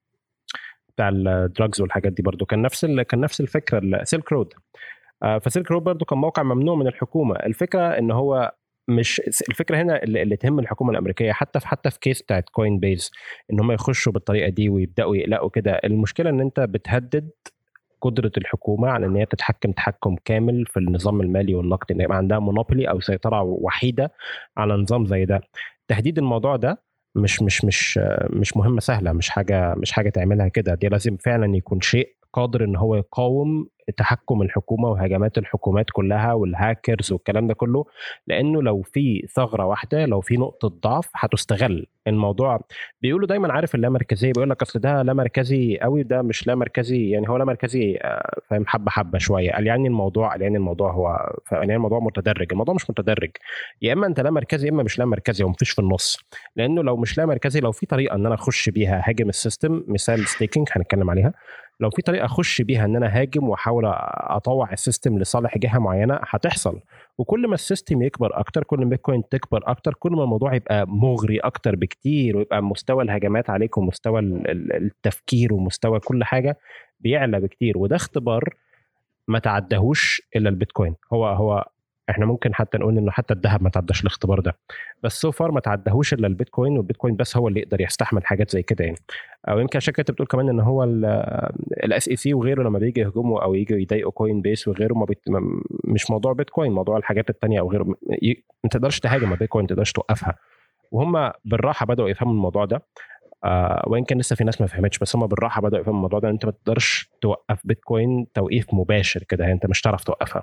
بتاع الدراجز والحاجات دي برضو كان نفس كان نفس الفكره السيلك رود. فسيلك رود برضو كان موقع ممنوع من الحكومه. الفكره ان هو مش الفكره هنا اللي, اللي تهم الحكومه الامريكيه، حتى في حتى في كيس بتاعت كوين بيز ان هم يخشوا بالطريقه دي ويبداوا يقلقوا كده. المشكله ان انت بتهدد قدره الحكومه على ان هي تتحكم تحكم كامل في النظام المالي والنقدي، ان يبقى عندها مونوبولي او سيطره وحيده على نظام زي ده. تهديد الموضوع ده مش مش مش مش مهمه سهله، مش حاجه مش حاجه تعملها كده. دي لازم فعلا يكون شيء قادر ان هو يقاوم تحكم الحكومه وهجمات الحكومات كلها والهاكرز والكلام ده كله. لانه لو في ثغره واحده، لو في نقطه ضعف هتستغل. الموضوع بيقولوا دايما عارف اللامركزيه، بيقول لك اصل ده لا مركزي قوي ده مش لا مركزي، يعني هو لا مركزي فاهم حبه حبه شويه. قال يعني الموضوع قال يعني الموضوع هو يعني الموضوع متدرج. الموضوع مش متدرج، يا اما انت لا مركزي يا اما مش لا مركزي ومفيش في النص. لانه لو مش لا مركزي، لو في طريقه ان انا اخش بيها هاجم السيستم، مثال ستيكينج هنتكلم عليها، لو في طريقه اخش بيها ان انا هاجم واحاول اطوع السيستم لصالح جهه معينه هتحصل. وكل ما السيستم يكبر اكتر، كل ما بيتكوين تكبر اكتر، كل ما الموضوع يبقى مغري اكتر بكتير، ويبقى مستوى الهجمات عليكم ومستوى التفكير ومستوى كل حاجه بيعلى بكتير. وده اختبار ما تعدهوش الا البيتكوين. هو هو احنا ممكن حتى نقول انه حتى الذهب ما تعداش الاختبار ده، بس سو فار ما تعدهوش الا البيتكوين. والبيتكوين بس هو اللي يقدر يستحمل حاجات زي كده يعني. او يمكن عشان كده بتقول كمان ان هو الاس اي سي وغيره لما بيجي يهجموا او يجوا يضايقوا كوين بيس وغيره، ما بيت... مش موضوع بيتكوين، موضوع الحاجات التانية او غيره. ما تقدرش تهاجم بيتكوين، ما تقدرش توقفها. وهم بالراحه بداوا يفهموا الموضوع ده. آه وان كان لسه في ناس ما فهمتش، بس هم بالراحه بداوا يفهموا الموضوع ده. انت ما تقدرش توقف بيتكوين توقيف مباشر كده، يعني انت مش هتعرف توقفها.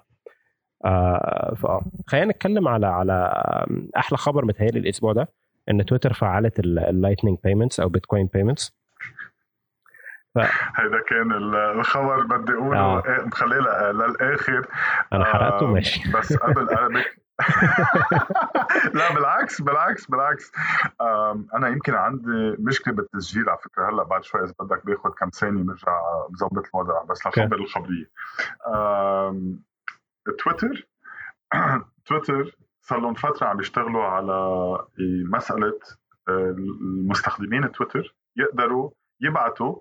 آه فاه خلينا نتكلم على على احلى خبر متهيألي الاسبوع ده، ان تويتر فعلت اللايتنينج بيمنتس او بيتكوين بيمنتس. ف... هذا كان الخبر بدي اقوله آه. مخليه للاخر. انا حرقته آه ماشي. بس قبل ارابيك لا بالعكس بالعكس بالعكس. انا يمكن عندي مشكله بالتسجيل على فكره. هلا بعد شوي اذا بدك باخذ كم ثانيه نرجع نظبط الوضع، بس لخبر الخبريه. تويتر تويتر صار لهم فتره عم يشتغلوا على مساله المستخدمين تويتر يقدروا يبعثوا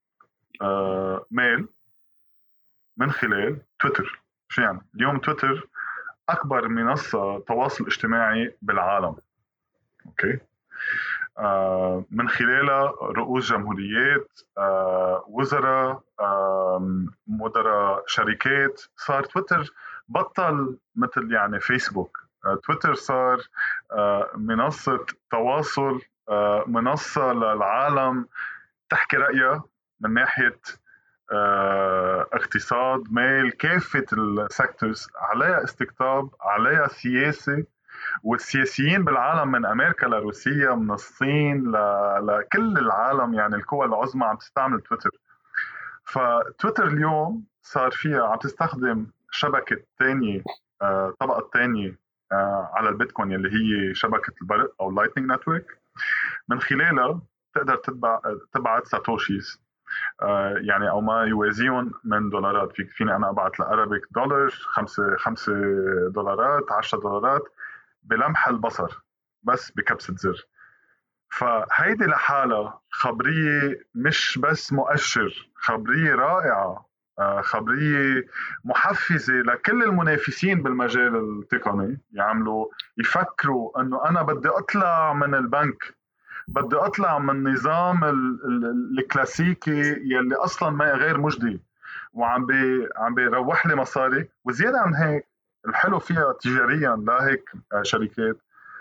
ميل من خلال تويتر. شو يعني؟ اليوم تويتر أكبر منصة تواصل اجتماعي بالعالم. أوكي. آه من خلالها رؤوس جمهوريات، آه وزراء، آه مدراء شركات. صار تويتر بطل مثل يعني فيسبوك. آه تويتر صار آه منصة تواصل، آه منصة للعالم تحكي رأيها من ناحية آه، اقتصاد، مال، كافة السيكتورز عليها استقطاب، عليها سياسة. والسياسيين بالعالم من أمريكا لروسيا، من الصين لكل العالم، يعني القوى العظمى عم تستعمل تويتر. فتويتر اليوم صار فيها عم تستخدم شبكة تانية، آه، طبقة الثانية آه، على البيتكوين اللي هي شبكة البرق أو اللايتنينج نتورك. من خلالها تقدر تتبع تبعت ساتوشيز، آه يعني او ما يوازيهم من دولارات. فيك فيني انا ابعت لارابيك دولار خمسة خمسة دولارات عشرة دولارات بلمح البصر، بس بكبسة زر. فهيدي لحالها خبرية، مش بس مؤشر، خبرية رائعة، آه خبرية محفزة لكل المنافسين بالمجال التقني يعملوا يفكروا انه انا بدي اطلع من البنك، بدي اطلع من النظام الكلاسيكي يلي اصلا ما غير مجدي، وعم بي عم بيروح لي مصاري. وزياده عن هيك الحلو فيها تجاريا لهيك شركات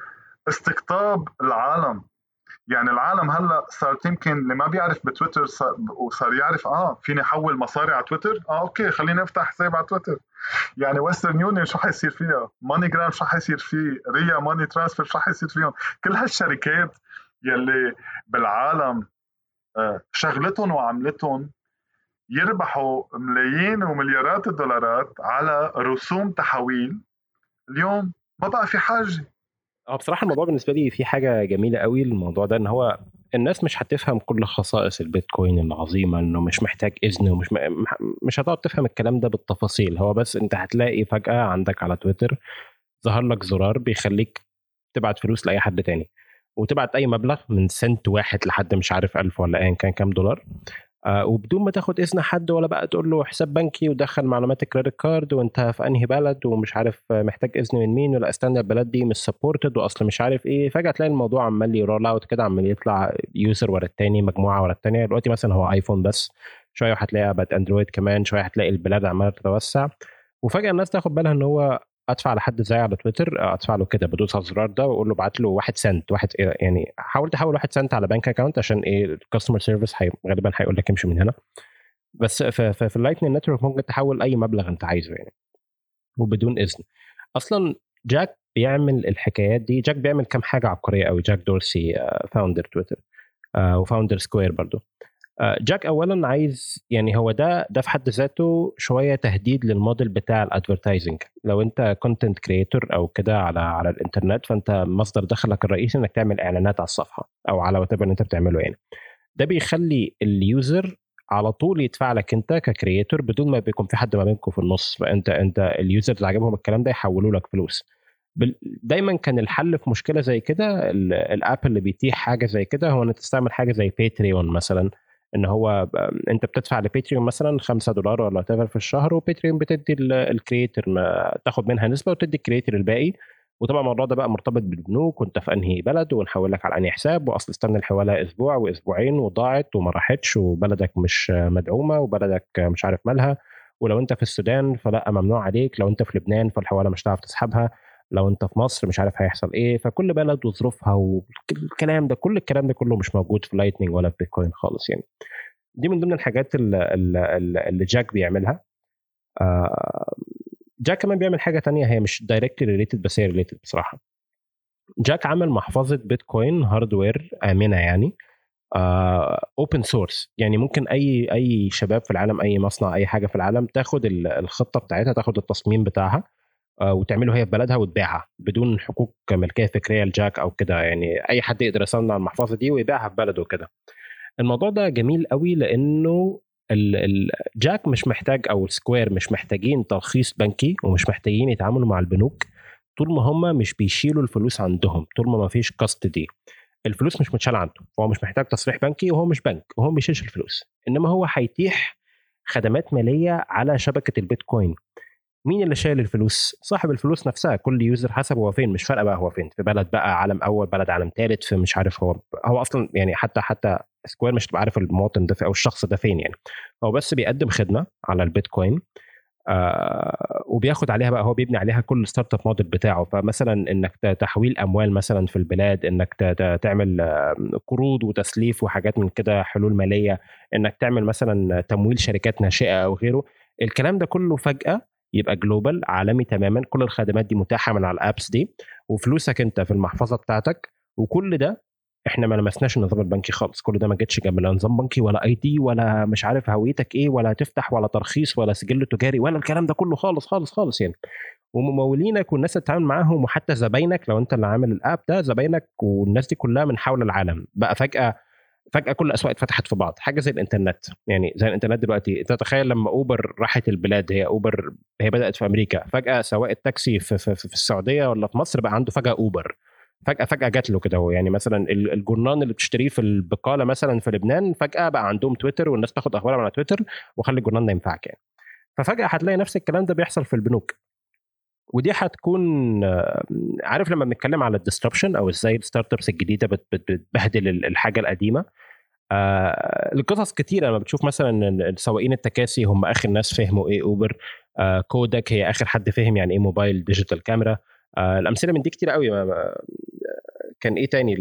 استقطاب العالم. يعني العالم هلا صارت يمكن اللي ما بيعرف بتويتر صار وصار يعرف اه فيني احول مصاري على تويتر، اه اوكي خليني افتح حساب على تويتر. يعني ويسترن يونيون شو حيصير فيها، ماني جرام شو حيصير فيه، ريا ماني ترانسفير شو حيصير فيهم. كل هالشركات يلي بالعالم آه، شغلتهم وعملتهم يربحوا ملايين ومليارات الدولارات على رسوم تحويل، اليوم ما بقى في حاجة. اه بصراحة الموضوع بالنسبة لي في حاجة جميلة قوي. الموضوع ده ان هو الناس مش هتفهم كل خصائص البيتكوين العظيمة، انه مش محتاج اذن ومش م... مش هتقعد تفهم الكلام ده بالتفاصيل. هو بس انت هتلاقي فجأة عندك على تويتر ظهر لك زرار بيخليك تبعت فلوس لأي حد تاني، وتبعت أي مبلغ من سنت واحد لحد مش عارف ألف ولا أيا كان كام دولار، آه وبدون ما تاخد إذن حد ولا بقى تقول له حساب بنكي ودخل معلومات الكريدت كارد وأنت في أنهي بلد ومش عارف محتاج إذن من مين، ولا استنى البلد دي مش سبورتد وأصل مش عارف إيه. فجأة تلاقي الموضوع عمال يرول أوت كده، عمال يطلع يوزر ورا التاني، مجموعة ورا التانية. دلوقتي مثلا هو آيفون بس، شوية وهتلاقيها بقت أندرويد كمان، شوية هتلاقي البلاد عمالة تتوسع. وفجأة الناس تاخد بالها إن هو ادفع لحد زي على تويتر، ادفع له كده بدوس على الزرار ده واقول له ابعت له واحد سنت واحد إيه يعني، حاول تحول واحد سنت على بنك اكونت عشان ايه الكاستمر سيرفيس حي... غالبا هيقول لك امشي من هنا. بس في, في, في اللايتنج نتورك ممكن تحول اي مبلغ انت عايزه يعني وبدون اذن اصلا. جاك بيعمل الحكايات دي، جاك بيعمل كام حاجه عبقريه قوي. جاك دورسي فاوندر تويتر وفاوندر سكوير برضو. جاك اولا عايز يعني، هو ده ده في حد ذاته شويه تهديد للموديل بتاع الادفرتايزنج. لو انت كونتنت كريتور او كده على على الانترنت، فانت مصدر دخلك الرئيسي انك تعمل اعلانات على الصفحه او على وات اللي انت بتعمله يعني. ده بيخلي اليوزر على طول يدفع لك انت ككرييتور بدون ما بيكون في حد ما بينكم في النص. فانت انت اليوزر اللي عجبهم الكلام ده يحولوا لك فلوس. دايما كان الحل في مشكله زي كده، الاب اللي بيتيح حاجه زي كده هو انك تستعمل حاجه زي باتريون مثلا. ان هو انت بتدفع لباتريون مثلا خمسة دولار ولا تفر في الشهر، وباتريون بتدي الكرييتور تاخد منها نسبه وتدي الكرييتور الباقي. وطبعا الموضوع ده بقى مرتبط بالبنوك وانت في انهي بلد ونحول لك على انهي حساب، واصل استنى الحواله اسبوع واسبوعين وضاعت وما راحتش وبلدك مش مدعومه وبلدك مش عارف مالها. ولو انت في السودان فلا ممنوع عليك، لو انت في لبنان فالحواله مش هتعرف تسحبها، لو انت في مصر مش عارف هيحصل ايه. فكل بلد وظروفها والكلام ده، كل الكلام ده كله مش موجود في لايتنينج ولا في بيتكوين خالص يعني. دي من ضمن الحاجات اللي, اللي جاك بيعملها. آه جاك كمان بيعمل حاجه تانية هي مش دايركتلي ريليتد بس هي ريليتد بصراحه. جاك عمل محفظه بيتكوين هاردوير امنه يعني، اوبن uh, سورس. يعني ممكن اي اي شباب في العالم، اي مصنع، اي حاجه في العالم تاخد الخطه بتاعتها، تاخد التصميم بتاعها uh, وتعمله هي في بلدها وتبيعها بدون حقوق ملكيه فكريه لجاك او كده. يعني اي حد يقدر يصنع المحفظه دي ويبيعها في بلده كده. الموضوع ده جميل قوي لانه ال ال جاك مش محتاج او سكوير مش محتاجين ترخيص بنكي ومش محتاجين يتعاملوا مع البنوك طول ما هم مش بيشيلوا الفلوس عندهم، طول ما ما فيش كاستدي. الفلوس مش متشال عنده، فهو مش محتاج تصريح بنكي وهو مش بنك وهو ما بيشيلش الفلوس. انما هو هيتيح خدمات ماليه على شبكه البيتكوين. مين اللي شايل الفلوس؟ صاحب الفلوس نفسها. كل يوزر حسب هو فين، مش فارقه بقى هو فين، في بلد بقى عالم اول، بلد عالم ثالث، في مش عارف هو هو اصلا يعني حتى حتى سكوير مش تبقى عارف المواطن ده او الشخص ده فين يعني. هو بس بيقدم خدمه على البيتكوين آه وبياخد عليها بقى، هو بيبني عليها كل ستارت اب موديل بتاعه. فمثلا انك تحويل اموال مثلا في البلاد، انك تعمل قروض وتسليف وحاجات من كده، حلول ماليه، انك تعمل مثلا تمويل شركات ناشئه او غيره. الكلام ده كله فجاه يبقى جلوبال عالمي تماما. كل الخدمات دي متاحه من على الابس دي، وفلوسك انت في المحفظه بتاعتك. وكل ده احنا ما لمسناش النظام البنكي خالص. كل ده ما جتش جنب لا نظام بنكي ولا اي دي ولا مش عارف هويتك ايه ولا تفتح ولا ترخيص ولا سجل تجاري ولا الكلام ده كله خالص خالص خالص يعني. وممولينك والناس اللي بتتعامل معاهم وحتى زباينك، لو انت اللي عامل الاب ده، زباينك والناس دي كلها من حول العالم. بقى فجاه فجاه كل الاسواق اتفتحت في بعض. حاجه زي الانترنت يعني، زي الانترنت دلوقتي. انت تتخيل لما اوبر راحت البلاد، هي اوبر هي بدات في امريكا، فجاه سواق التاكسي في, في, في السعوديه ولا في مصر بقى عنده فجاه اوبر. فجاه فجاه جات له كده هو يعني. مثلا الجورنان اللي بتشتريه في البقاله مثلا في لبنان فجاه بقى عندهم تويتر والناس تاخد اخبارها على تويتر، وخلي الجورنان ده ينفعك يعني. ففجاه هتلاقي نفس الكلام ده بيحصل في البنوك. ودي هتكون عارف لما بنتكلم على الديستربشن او ازاي الستارت ابس الجديده بتبهدل الحاجه القديمه. آه القصص كتير. لما بتشوف مثلا سواقين التكاسي هم اخر ناس فهموا ايه اوبر. آه كوداك هي اخر حد فهم يعني ايه موبايل ديجيتال كاميرا. آه الامثله من دي كتير قوي. كان ايه تاني؟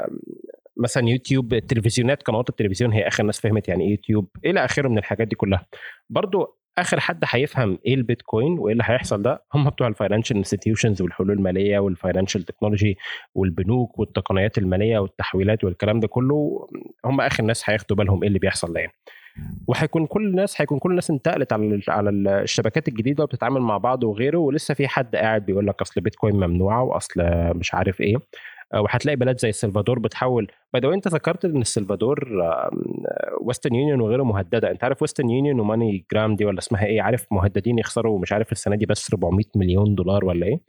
مثلا يوتيوب، التلفزيونات، قنوات التلفزيون هي اخر ناس فهمت يعني ايه يوتيوب، الى اخره من الحاجات دي كلها. برضو اخر حد هيفهم ايه البيتكوين وايه اللي هيحصل ده هم بتوع الفاينانشال انستتيوشنز والحلول الماليه والفاينانشال تكنولوجي والبنوك والتقنيات الماليه والتحويلات والكلام ده كله. هم اخر ناس هياخدوا بالهم ايه اللي بيحصل ده يعني. وهيكون كل الناس هيكون كل الناس انتقلت على على الشبكات الجديده وبتتعامل مع بعض وغيره، ولسه في حد قاعد بيقول لك اصل بيتكوين ممنوعه واصل مش عارف ايه. وهتلاقي بلاد زي السلفادور بتحول. باي ذا انت ذكرت ان السلفادور ويسترن يونيون وغيره مهدده. انت عارف ويسترن يونيون وماني جرام دي ولا اسمها ايه؟ عارف مهددين يخسروا مش عارف السنه دي بس أربعمية مليون دولار ولا ايه؟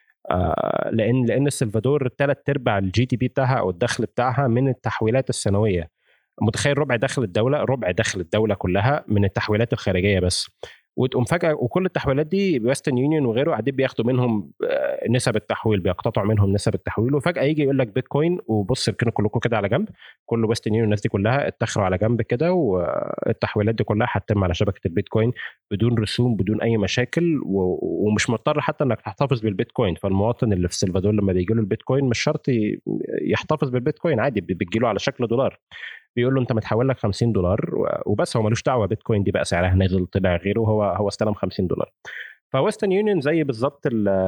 آه لان لان السلفادور ثلاث ارباع الجي دي بي بتاعها او الدخل بتاعها من التحويلات السنويه. متخيل؟ ربع دخل الدوله، ربع دخل الدوله كلها من التحويلات الخارجيه بس. وتقوم فجاه وكل التحويلات دي ويسترن يونيون وغيره قاعدين بياخدوا منهم نسب التحويل، بيقتطعوا منهم نسب التحويل. وفجاه يجي يقول لك بيتكوين وبص اركنوا كلكم كده على جنب. كل ويسترن يونيون الناس دي كلها اتخروا على جنب كده، والتحويلات دي كلها هتتم على شبكه البيتكوين بدون رسوم بدون اي مشاكل، ومش مضطر حتى انك تحتفظ بالبيتكوين. فالمواطن اللي في السلفادور لما بيجي له البيتكوين مش شرط يحتفظ بالبيتكوين، عادي بيجي له على شكل دولار. بيقول له انت متحول لك خمسين دولار وبس، هو ملوش دعوه بيتكوين دي بقى سعرها نزل طلع غيره، هو هو استلم خمسين دولار. فويسترن يونيون زي بالظبط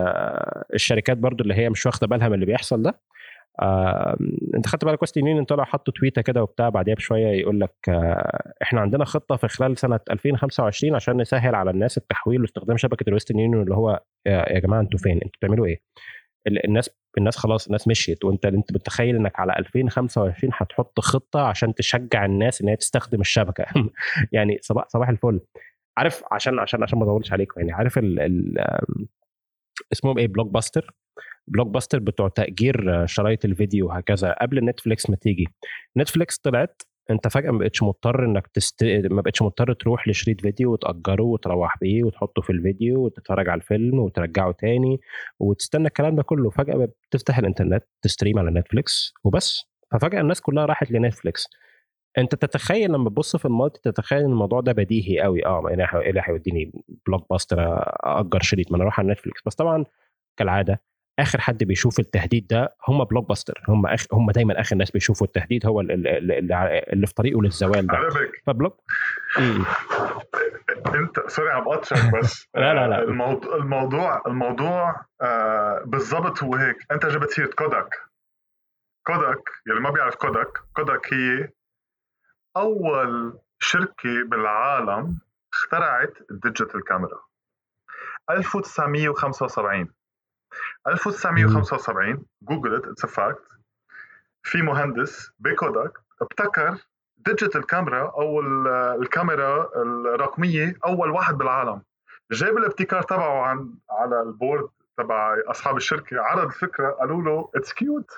الشركات برضو اللي هي مش واخده بالها من اللي بيحصل ده. آه، انت خدت بالك ويسترن يونيون طلع حط تويته كده وبتاع بعديها بشويه يقول لك آه، احنا عندنا خطه في خلال سنه ألفين وخمسة وعشرين عشان نسهل على الناس التحويل واستخدام شبكه الويسترن يونيون. اللي هو يا, يا جماعه انتوا فين؟ انتوا بتعملوا ايه؟ الناس الناس خلاص الناس مشيت، وانت انت متخيل انك على ألفين وخمسة وعشرين هتحط خطه عشان تشجع الناس ان هي تستخدم الشبكه؟ يعني صباح صباح الفل. عارف عشان عشان عشان ما اطولش عليكم يعني، عارف ال ال اسمهم ايه؟ بلوك باستر. بلوك باستر بتوع تأجير شرايط الفيديو وهكذا قبل نتفليكس ما تيجي. نتفليكس طلعت، انت فجأة ما بقتش مضطر انك تست... ما بقتش مضطر تروح لشريط فيديو وتأجره وتروح بيه وتحطه في الفيديو وتتفرج على الفيلم وترجعه تاني وتستنى الكلام ده كله. فجأة بتفتح الانترنت تستريم على نتفليكس وبس. ففجأة الناس كلها راحت لنتفليكس. انت تتخيل لما تبص في المالتي تتخيل ان الموضوع ده بديهي قوي. اه يعني ايه اللي هيوديني بلوك باستر اجر شريط؟ ما انا اروح على نتفليكس. بس طبعا كالعاده اخر حد بيشوف التهديد ده هم بلوك باستر. هم أخ... هم دايما اخر ناس بيشوفوا التهديد، هو اللي, اللي, اللي في طريقه للزوال ده. فبلوك امم انت سوري عم بقطعك بس لا لا لا الموضوع الموضوع الموضوع آه بالضبط هو هيك. انت جبت سيره كوداك. كوداك يلي ما بيعرف كوداك، كوداك هي اول شركه بالعالم اخترعت الديجيتال كاميرا. ألف وتسعمية وخمسة وسبعين ألف وتسعمية وخمسة وسبعين جوجلت اتس فاكت. في مهندس بكوداك ابتكر ديجيتال كاميرا او الكاميرا الرقميه، اول واحد بالعالم. جاب الابتكار تبعه عن على البورد تبع اصحاب الشركه، عرض الفكره، قالوا له اتس كيوت.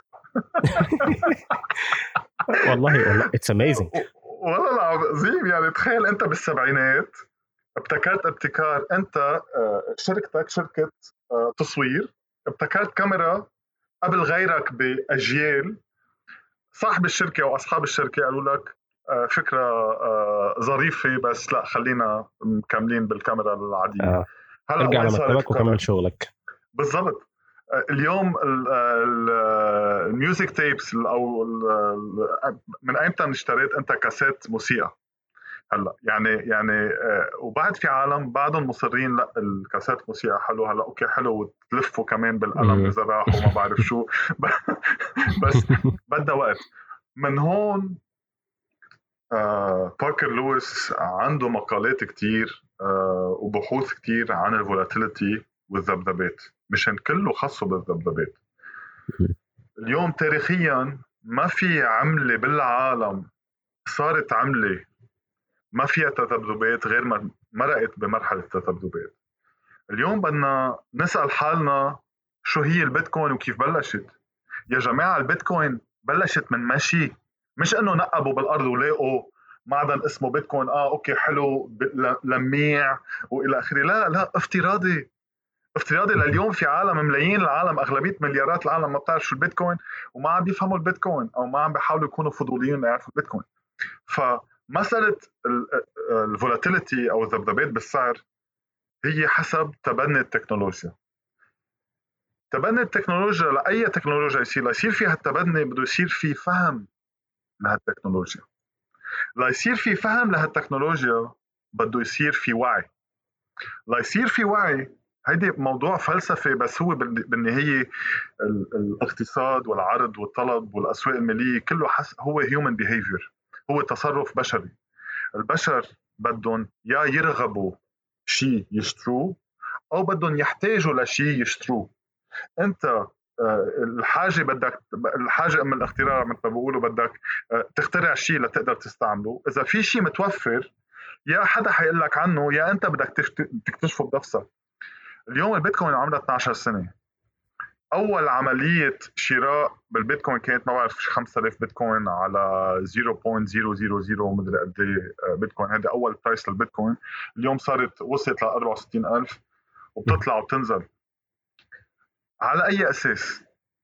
والله والله اتس اميزنج. والله العظيم يعني تخيل انت بالسبعينات ابتكرت ابتكار، انت شركتك شركه تصوير ابتكرت كاميرا قبل غيرك باجيال. صاحب الشركه او اصحاب الشركه قالوا لك فكره ظريفه بس لا خلينا مكملين بالكاميرا العاديه. آه. هلا ارجع على مكتبك وكمل شغلك. بالضبط. اليوم الميوزك تيبس او من ايمتى اشتريت انت كاسيت موسيقى؟ هلا يعني يعني وبعد في عالم بعدهم مصرين لا الكاسيت موسيقى حلو. هلا اوكي حلو وتلفوا كمان بالقلم اذا راح وما بعرف شو. بس بدها وقت. من هون آه باركر لويس عنده مقالات كتير آه وبحوث كتير عن الفولاتيليتي والذبذبات، مشان كله خاصه بالذبذبات. اليوم تاريخيا ما في عملة بالعالم صارت عملة ما فيها تذبذبات غير ما مرقت بمرحلة التذبذبات. اليوم بدنا نسأل حالنا شو هي البيتكوين وكيف بلشت. يا جماعة البيتكوين بلشت من ماشي، مش انه نقبوا بالارض ولاقوا معدن اسمه بيتكوين اه اوكي حلو لميع والى اخره. لا لا افتراضي افتراضي. لليوم في عالم ملايين العالم اغلبيه مليارات العالم ما بتعرف شو البيتكوين وما عم بيفهموا البيتكوين او ما عم بيحاولوا يكونوا فضوليين ليعرفوا البيتكوين. فمسألة الفولاتيليتي أو الذبذبات بالسعر هي حسب تبني التكنولوجيا. تبني التكنولوجيا لأي تكنولوجيا يصير ليصير فيها التبني بده يصير في فهم لهالتكنولوجيا. ليصير في فهم لهالتكنولوجيا بده يصير في وعي. ليصير في وعي هيدي موضوع فلسفي، بس هو بالنهاية الاقتصاد والعرض والطلب والأسواق المالية كله حس هو human behavior، هو تصرف بشري. البشر بدهم يا يرغبوا شيء يشتروه أو بدهم يحتاجوا لشيء يشتروه. أنت الحاجة بدك الحاجة أم الاختراع مثل ما بيقولوا، بدك تخترع شيء لتقدر تستعمله. إذا في شيء متوفر يا حدا حيقول لك عنه يا أنت بدك تكتشفه بنفسك. اليوم البيتكوين عمرها اثني عشر سنة. أول عملية شراء بالبيتكوين كانت ما بعرف خمسة آلاف بيتكوين على صفر فاصلة صفر صفر صفر مدري قد ايه بيتكوين. هذا أول برايس للبيتكوين. اليوم صارت وصلت ل أربعة وستين ألف وبتطلع وبتنزل. على أي أساس؟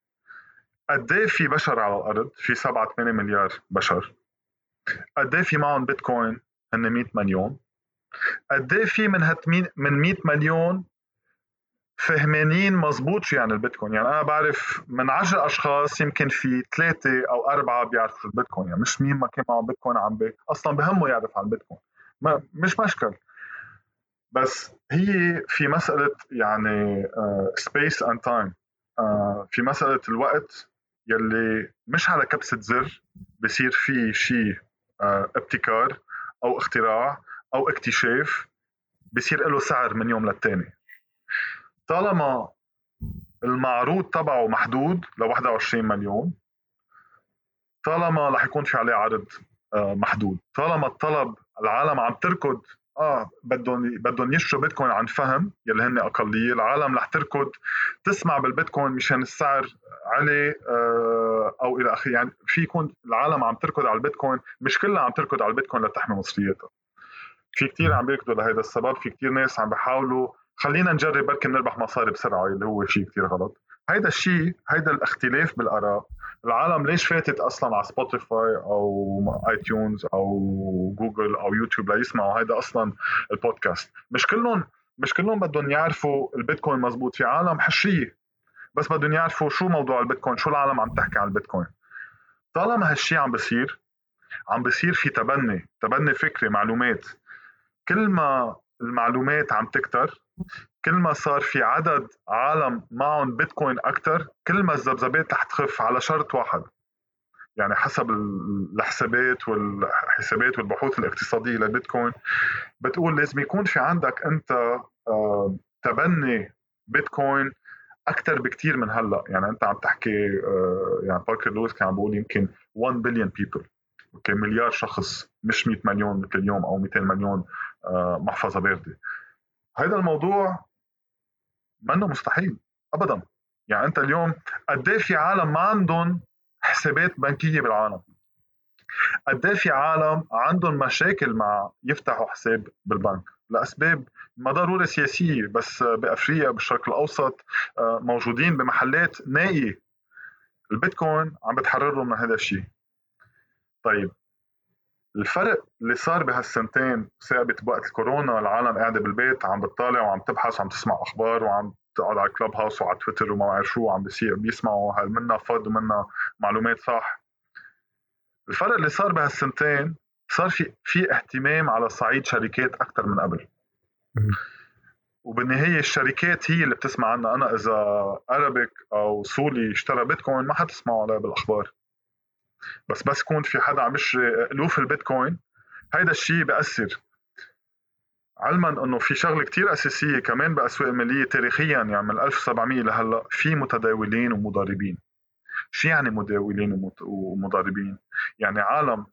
قد ايه في بشر على الأرض؟ في سبعة ثمانية مليار بشر. قد ايه في معهم بيتكوين؟ هن مئة مليون. قد ايه في من هت من مئة مليون فهمانين مزبوط شو يعني البيتكوين؟ يعني أنا بعرف من عشر أشخاص يمكن في ثلاثة أو أربعة بيعرفوا شو البيتكوين. يعني مش مين ما كان معه بيتكوين عم بي أصلا بهمه يعرف عن البيتكوين، ما مش مشكل. بس هي في مسألة يعني uh, space and time. uh, في مسألة الوقت يلي مش على كبسة زر بصير فيه شيء uh, ابتكار أو اختراع أو اكتشاف بصير له سعر من يوم للتاني. طالما المعروض تبعه محدود ل واحد وعشرين مليون، طالما رح يكون في عليه عرض محدود، طالما الطلب العالم عم تركض اه بدهم بدهم يشتروا بيتكوين عن فهم يلي هن اقليه، العالم رح تركض تسمع بالبيتكوين مشان السعر عليه آه او الى اخره. يعني في يكون العالم عم تركض على البيتكوين، مش كلها عم تركض على البيتكوين لتحمي مصرياتها. في كتير عم بيركضوا لهذا السبب. في كتير ناس عم بيحاولوا خلينا نجرب بركي نربح مصاري بسرعه، اللي هو شيء كتير غلط. هيدا الشيء هيدا الاختلاف بالاراء. العالم ليش فاتت اصلا على سبوتيفاي او اي تيونز او جوجل او يوتيوب ليسمعوا هيدا اصلا البودكاست؟ مش كلهم مش كلهم بدهم يعرفوا البيتكوين مزبوط. في عالم حشريه بس بدهم يعرفوا شو موضوع البيتكوين، شو العالم عم تحكي عن البيتكوين. طالما هالشيء عم بصير عم بصير في تبني تبني فكري معلومات. كل ما المعلومات عم تكتر، كل ما صار في عدد عالم معهم بيتكوين أكتر، كل ما الذبذبات رح تخف على شرط واحد. يعني حسب الحسابات والحسابات والبحوث الاقتصادية للبيتكوين بتقول لازم يكون في عندك أنت تبني بيتكوين أكتر بكتير من هلأ. يعني أنت عم تحكي يعني باركر لويس كان عم بقول يمكن واحد بليون people، اوكي مليار شخص، مش مئة مليون مثل اليوم او مئتين مليون محفظه باردة. هذا الموضوع منه مستحيل ابدا. يعني انت اليوم قد ايه في عالم ما عندهم حسابات بنكيه بالعالم؟ قد ايه في عالم عندهم مشاكل مع يفتحوا حساب بالبنك لاسباب ما ضروري سياسيه، بس بافريقيا بالشرق الاوسط موجودين بمحلات نائيه. البيتكوين عم بتحررهم من هذا الشيء. طيب الفرق اللي صار بهالسنتين ثابت بوقت الكورونا، العالم قاعدة بالبيت عم بتطالع وعم تبحث وعم تسمع أخبار وعم تقعد على الكلاب هاوس وعلى تويتر وما بعرف شو عم بيصير، بيسمعوا هل منا فض ومنا معلومات صح. الفرق اللي صار بهالسنتين صار في في اهتمام على صعيد شركات أكثر من قبل. وبالنهاية الشركات هي اللي بتسمع عنها. أنا إذا أرابيك أو سولي اشترى بيتكوين ما حتسمعوا عليه بالأخبار، بس بس يكون في حدا عم يشتري ألوف البيتكوين هيدا الشيء بيأثر. علما انه في شغله كتير اساسيه كمان باسواق الماليه تاريخيا، يعني من ألف وسبعمية لهلا في متداولين ومضاربين. شو يعني متداولين ومضاربين؟ يعني عالم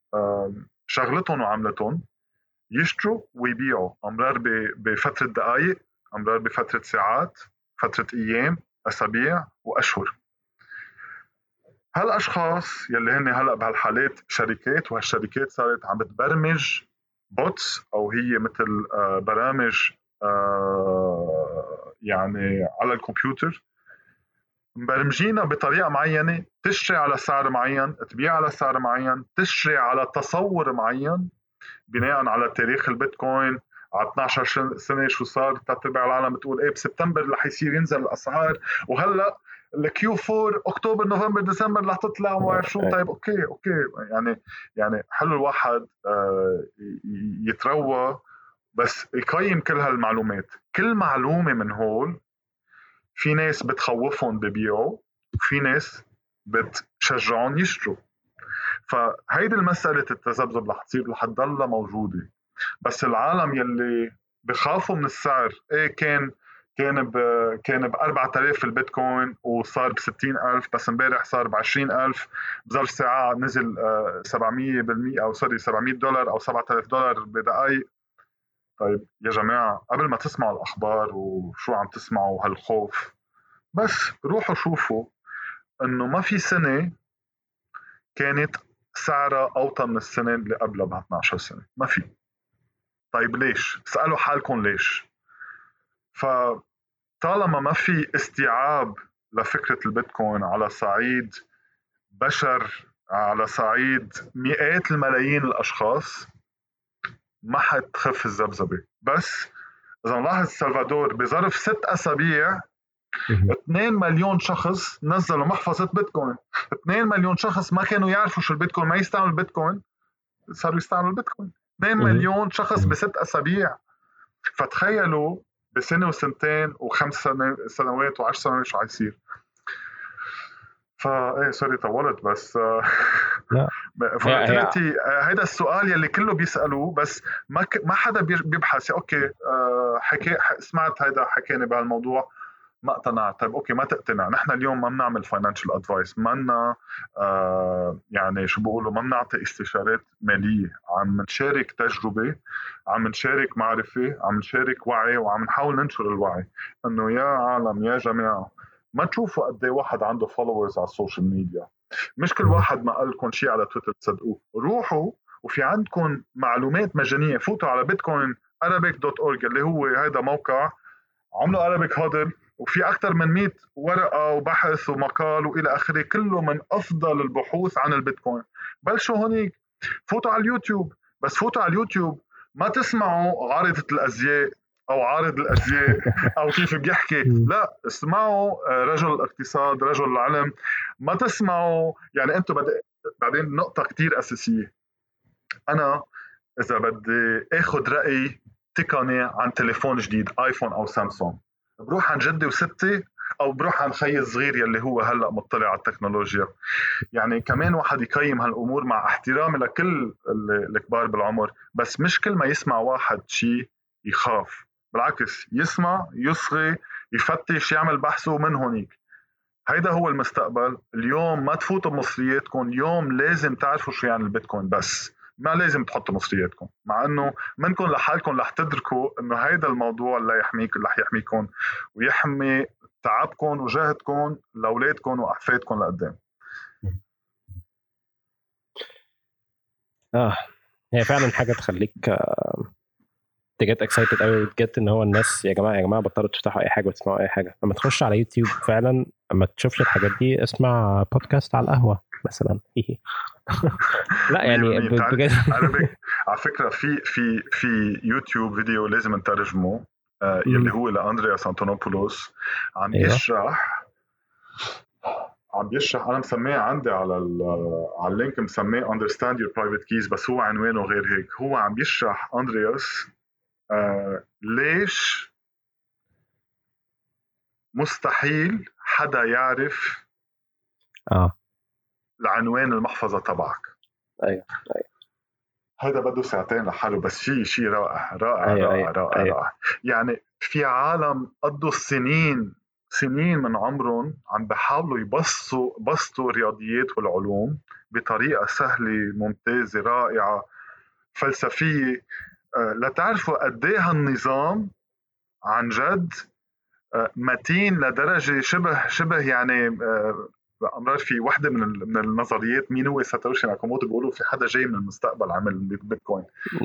شغلتهم وعملتهم يشتروا ويبيعوا امرار بفتره دقائق، امرار بفتره ساعات، فتره ايام، اسابيع واشهر. هالاشخاص يلي هن هلا بهالحالات شركات، وهالشركات صارت عم بتبرمج بوتس او هي مثل برامج يعني على الكمبيوتر مبرمجينها بطريقة معينة، تشتري على سعر معين، تبيع على سعر معين، تشتري على تصور معين بناء على تاريخ البيتكوين على اثني عشر سنة شو صار. تتبع العالم بتقول ايه بسبتمبر رح يصير ينزل الاسعار، وهلا الكيو أربعة اكتوبر نوفمبر ديسمبر رح تطلع وما بعرف شو. طيب اوكي اوكي يعني يعني حلو الواحد يتروى بس يقيم كل هالمعلومات. كل معلومة من هول في ناس بتخوفهم ببيعوا وفي ناس بتشجعهم يشتروا. فهيدي المسألة التذبذب رح تصير رح تضلها موجودة. بس العالم يلي بخافوا من السعر، ايه كان كان ب كان ب أربعة آلاف البيتكوين وصار ب ستين ألف، بس امبارح صار ب عشرين ألف، بظرف ساعة نزل سبعمية بالمية أو سوري سبعمية دولار أو سبعة آلاف دولار بدقائق. طيب يا جماعة قبل ما تسمعوا الأخبار وشو عم تسمعوا هالخوف، بس روحوا شوفوا إنه ما في سنة كانت سعرها أوطى من السنة اللي قبلها ب اثني عشر سنة، ما في. طيب ليش؟ اسألوا حالكم ليش. فطالما ما في استيعاب لفكرة البيتكوين على صعيد بشر، على صعيد مئات الملايين الأشخاص، ما حتخف الذبذبة. بس إذا نلاحظ سلفادور بظرف ست أسابيع اثنين مليون شخص نزلوا محفظة بيتكوين. اثنين مليون شخص ما كانوا يعرفوا شو البيتكوين، ما يستعملوا البيتكوين، صاروا يستعملوا البيتكوين. اثنين مليون شخص بست أسابيع. فتخيلوا بسنة وسنتين وخمس سنوات وعشر سنوات شو عيصير. فا ايه سوري طولت بس لا فولاتيليتي هيدا السؤال يلي كله بيسألوه بس ما ك... ما حدا بيبحث. اوكي حكي سمعت هيدا حكينا بهالموضوع ما اقتنعت. طيب اوكي ما تقتنع. نحن اليوم ما بنعمل فاينانشال ادفايس، ما لنا آه يعني شو بقولوا ما بنعطي استشارات ماليه، عم نشارك تجربه، عم نشارك معرفه، عم نشارك وعي، وعم نحاول ننشر الوعي انه يا عالم يا جماعه ما تشوفوا قد ايه واحد عنده فولورز على السوشيال ميديا، مش كل واحد ما قال لكم شيء على تويتر تصدقوه. روحوا وفي عندكم معلومات مجانيه، فوتوا على بيتكوين أرابيك دوت أورج اللي هو هذا موقع عملوا أرابيك هودل، وفي أكثر من مئة ورقة وبحث ومقال وإلى آخره، كله من أفضل البحوث عن البيتكوين. بلشوا هونيك. فوتوا على اليوتيوب، بس فوتوا على اليوتيوب ما تسمعوا عارضة الأزياء أو عارض الأزياء أو كيف بيحكي، لا اسمعوا رجل الاقتصاد رجل العلم. ما تسمعوا يعني أنتوا بدأ. بعدين نقطة كتير أساسية، أنا إذا بدي أخذ رأي تقني عن تليفون جديد آيفون أو سامسونج، بروح عن جدي وستي أو بروح عن خي الصغير يلي هو هلأ مطلع على التكنولوجيا. يعني كمان واحد يقيم هالأمور مع احترامي لكل الكبار بالعمر، بس مش كل ما يسمع واحد شيء يخاف، بالعكس يسمع يصغي يفتش يعمل بحثه من هونيك. هيدا هو المستقبل. اليوم ما تفوتوا بمصرياتكم، اليوم لازم تعرفوا شو يعني البيتكوين، بس ما لازم تحطوا مصرياتكم، مع انه منكم لحالكم رح تدركوا انه هيدا الموضوع اللي يحميكم رح يحميكم ويحمي تعبكم وجهدكم لاولادكم واحفادكم لقدام. اه هي فعلا حاجه تخليك تجت اكسايتد قوي وتجت ان هو الناس يا جماعه يا جماعه بطلوا تفتحوا اي حاجه وتسمعوا اي حاجه. لما تخش على يوتيوب فعلا اما تشوفش الحاجات دي اسمع بودكاست على القهوه مثلا. لا يعني بجد على فكره في في في يوتيوب فيديو لازم نترجمه آه يلي هو لاندرياس أنطونوبولوس عم أيوة. يشرح عم بيشرح انا مسميه عندي على على اللينك مسميه Understand Your Private Keys، بس هو عنوانه غير هيك. هو عم بيشرح اندرياس آه ليش مستحيل حدا يعرف اه العنوان المحفظه تبعك. ايوه ايوه هذا بده ساعتين لحاله، بس شيء شيء رائع رائع أيوة رائع أيوة رائع, أيوة. رائع. يعني في عالم قضوا السنين سنين من عمرهم عم بحاولوا يبسطوا بسطوا الرياضيات والعلوم بطريقة سهلة ممتازة رائعة فلسفية أه لتعرفوا قد ايه هالنظام عن جد أه متين لدرجة شبه شبه يعني أه أمرار. في واحدة من من النظريات مين هو ساتوشي ناكاموتو بيقولوا في حدا جاي من المستقبل عمل بيتكوين.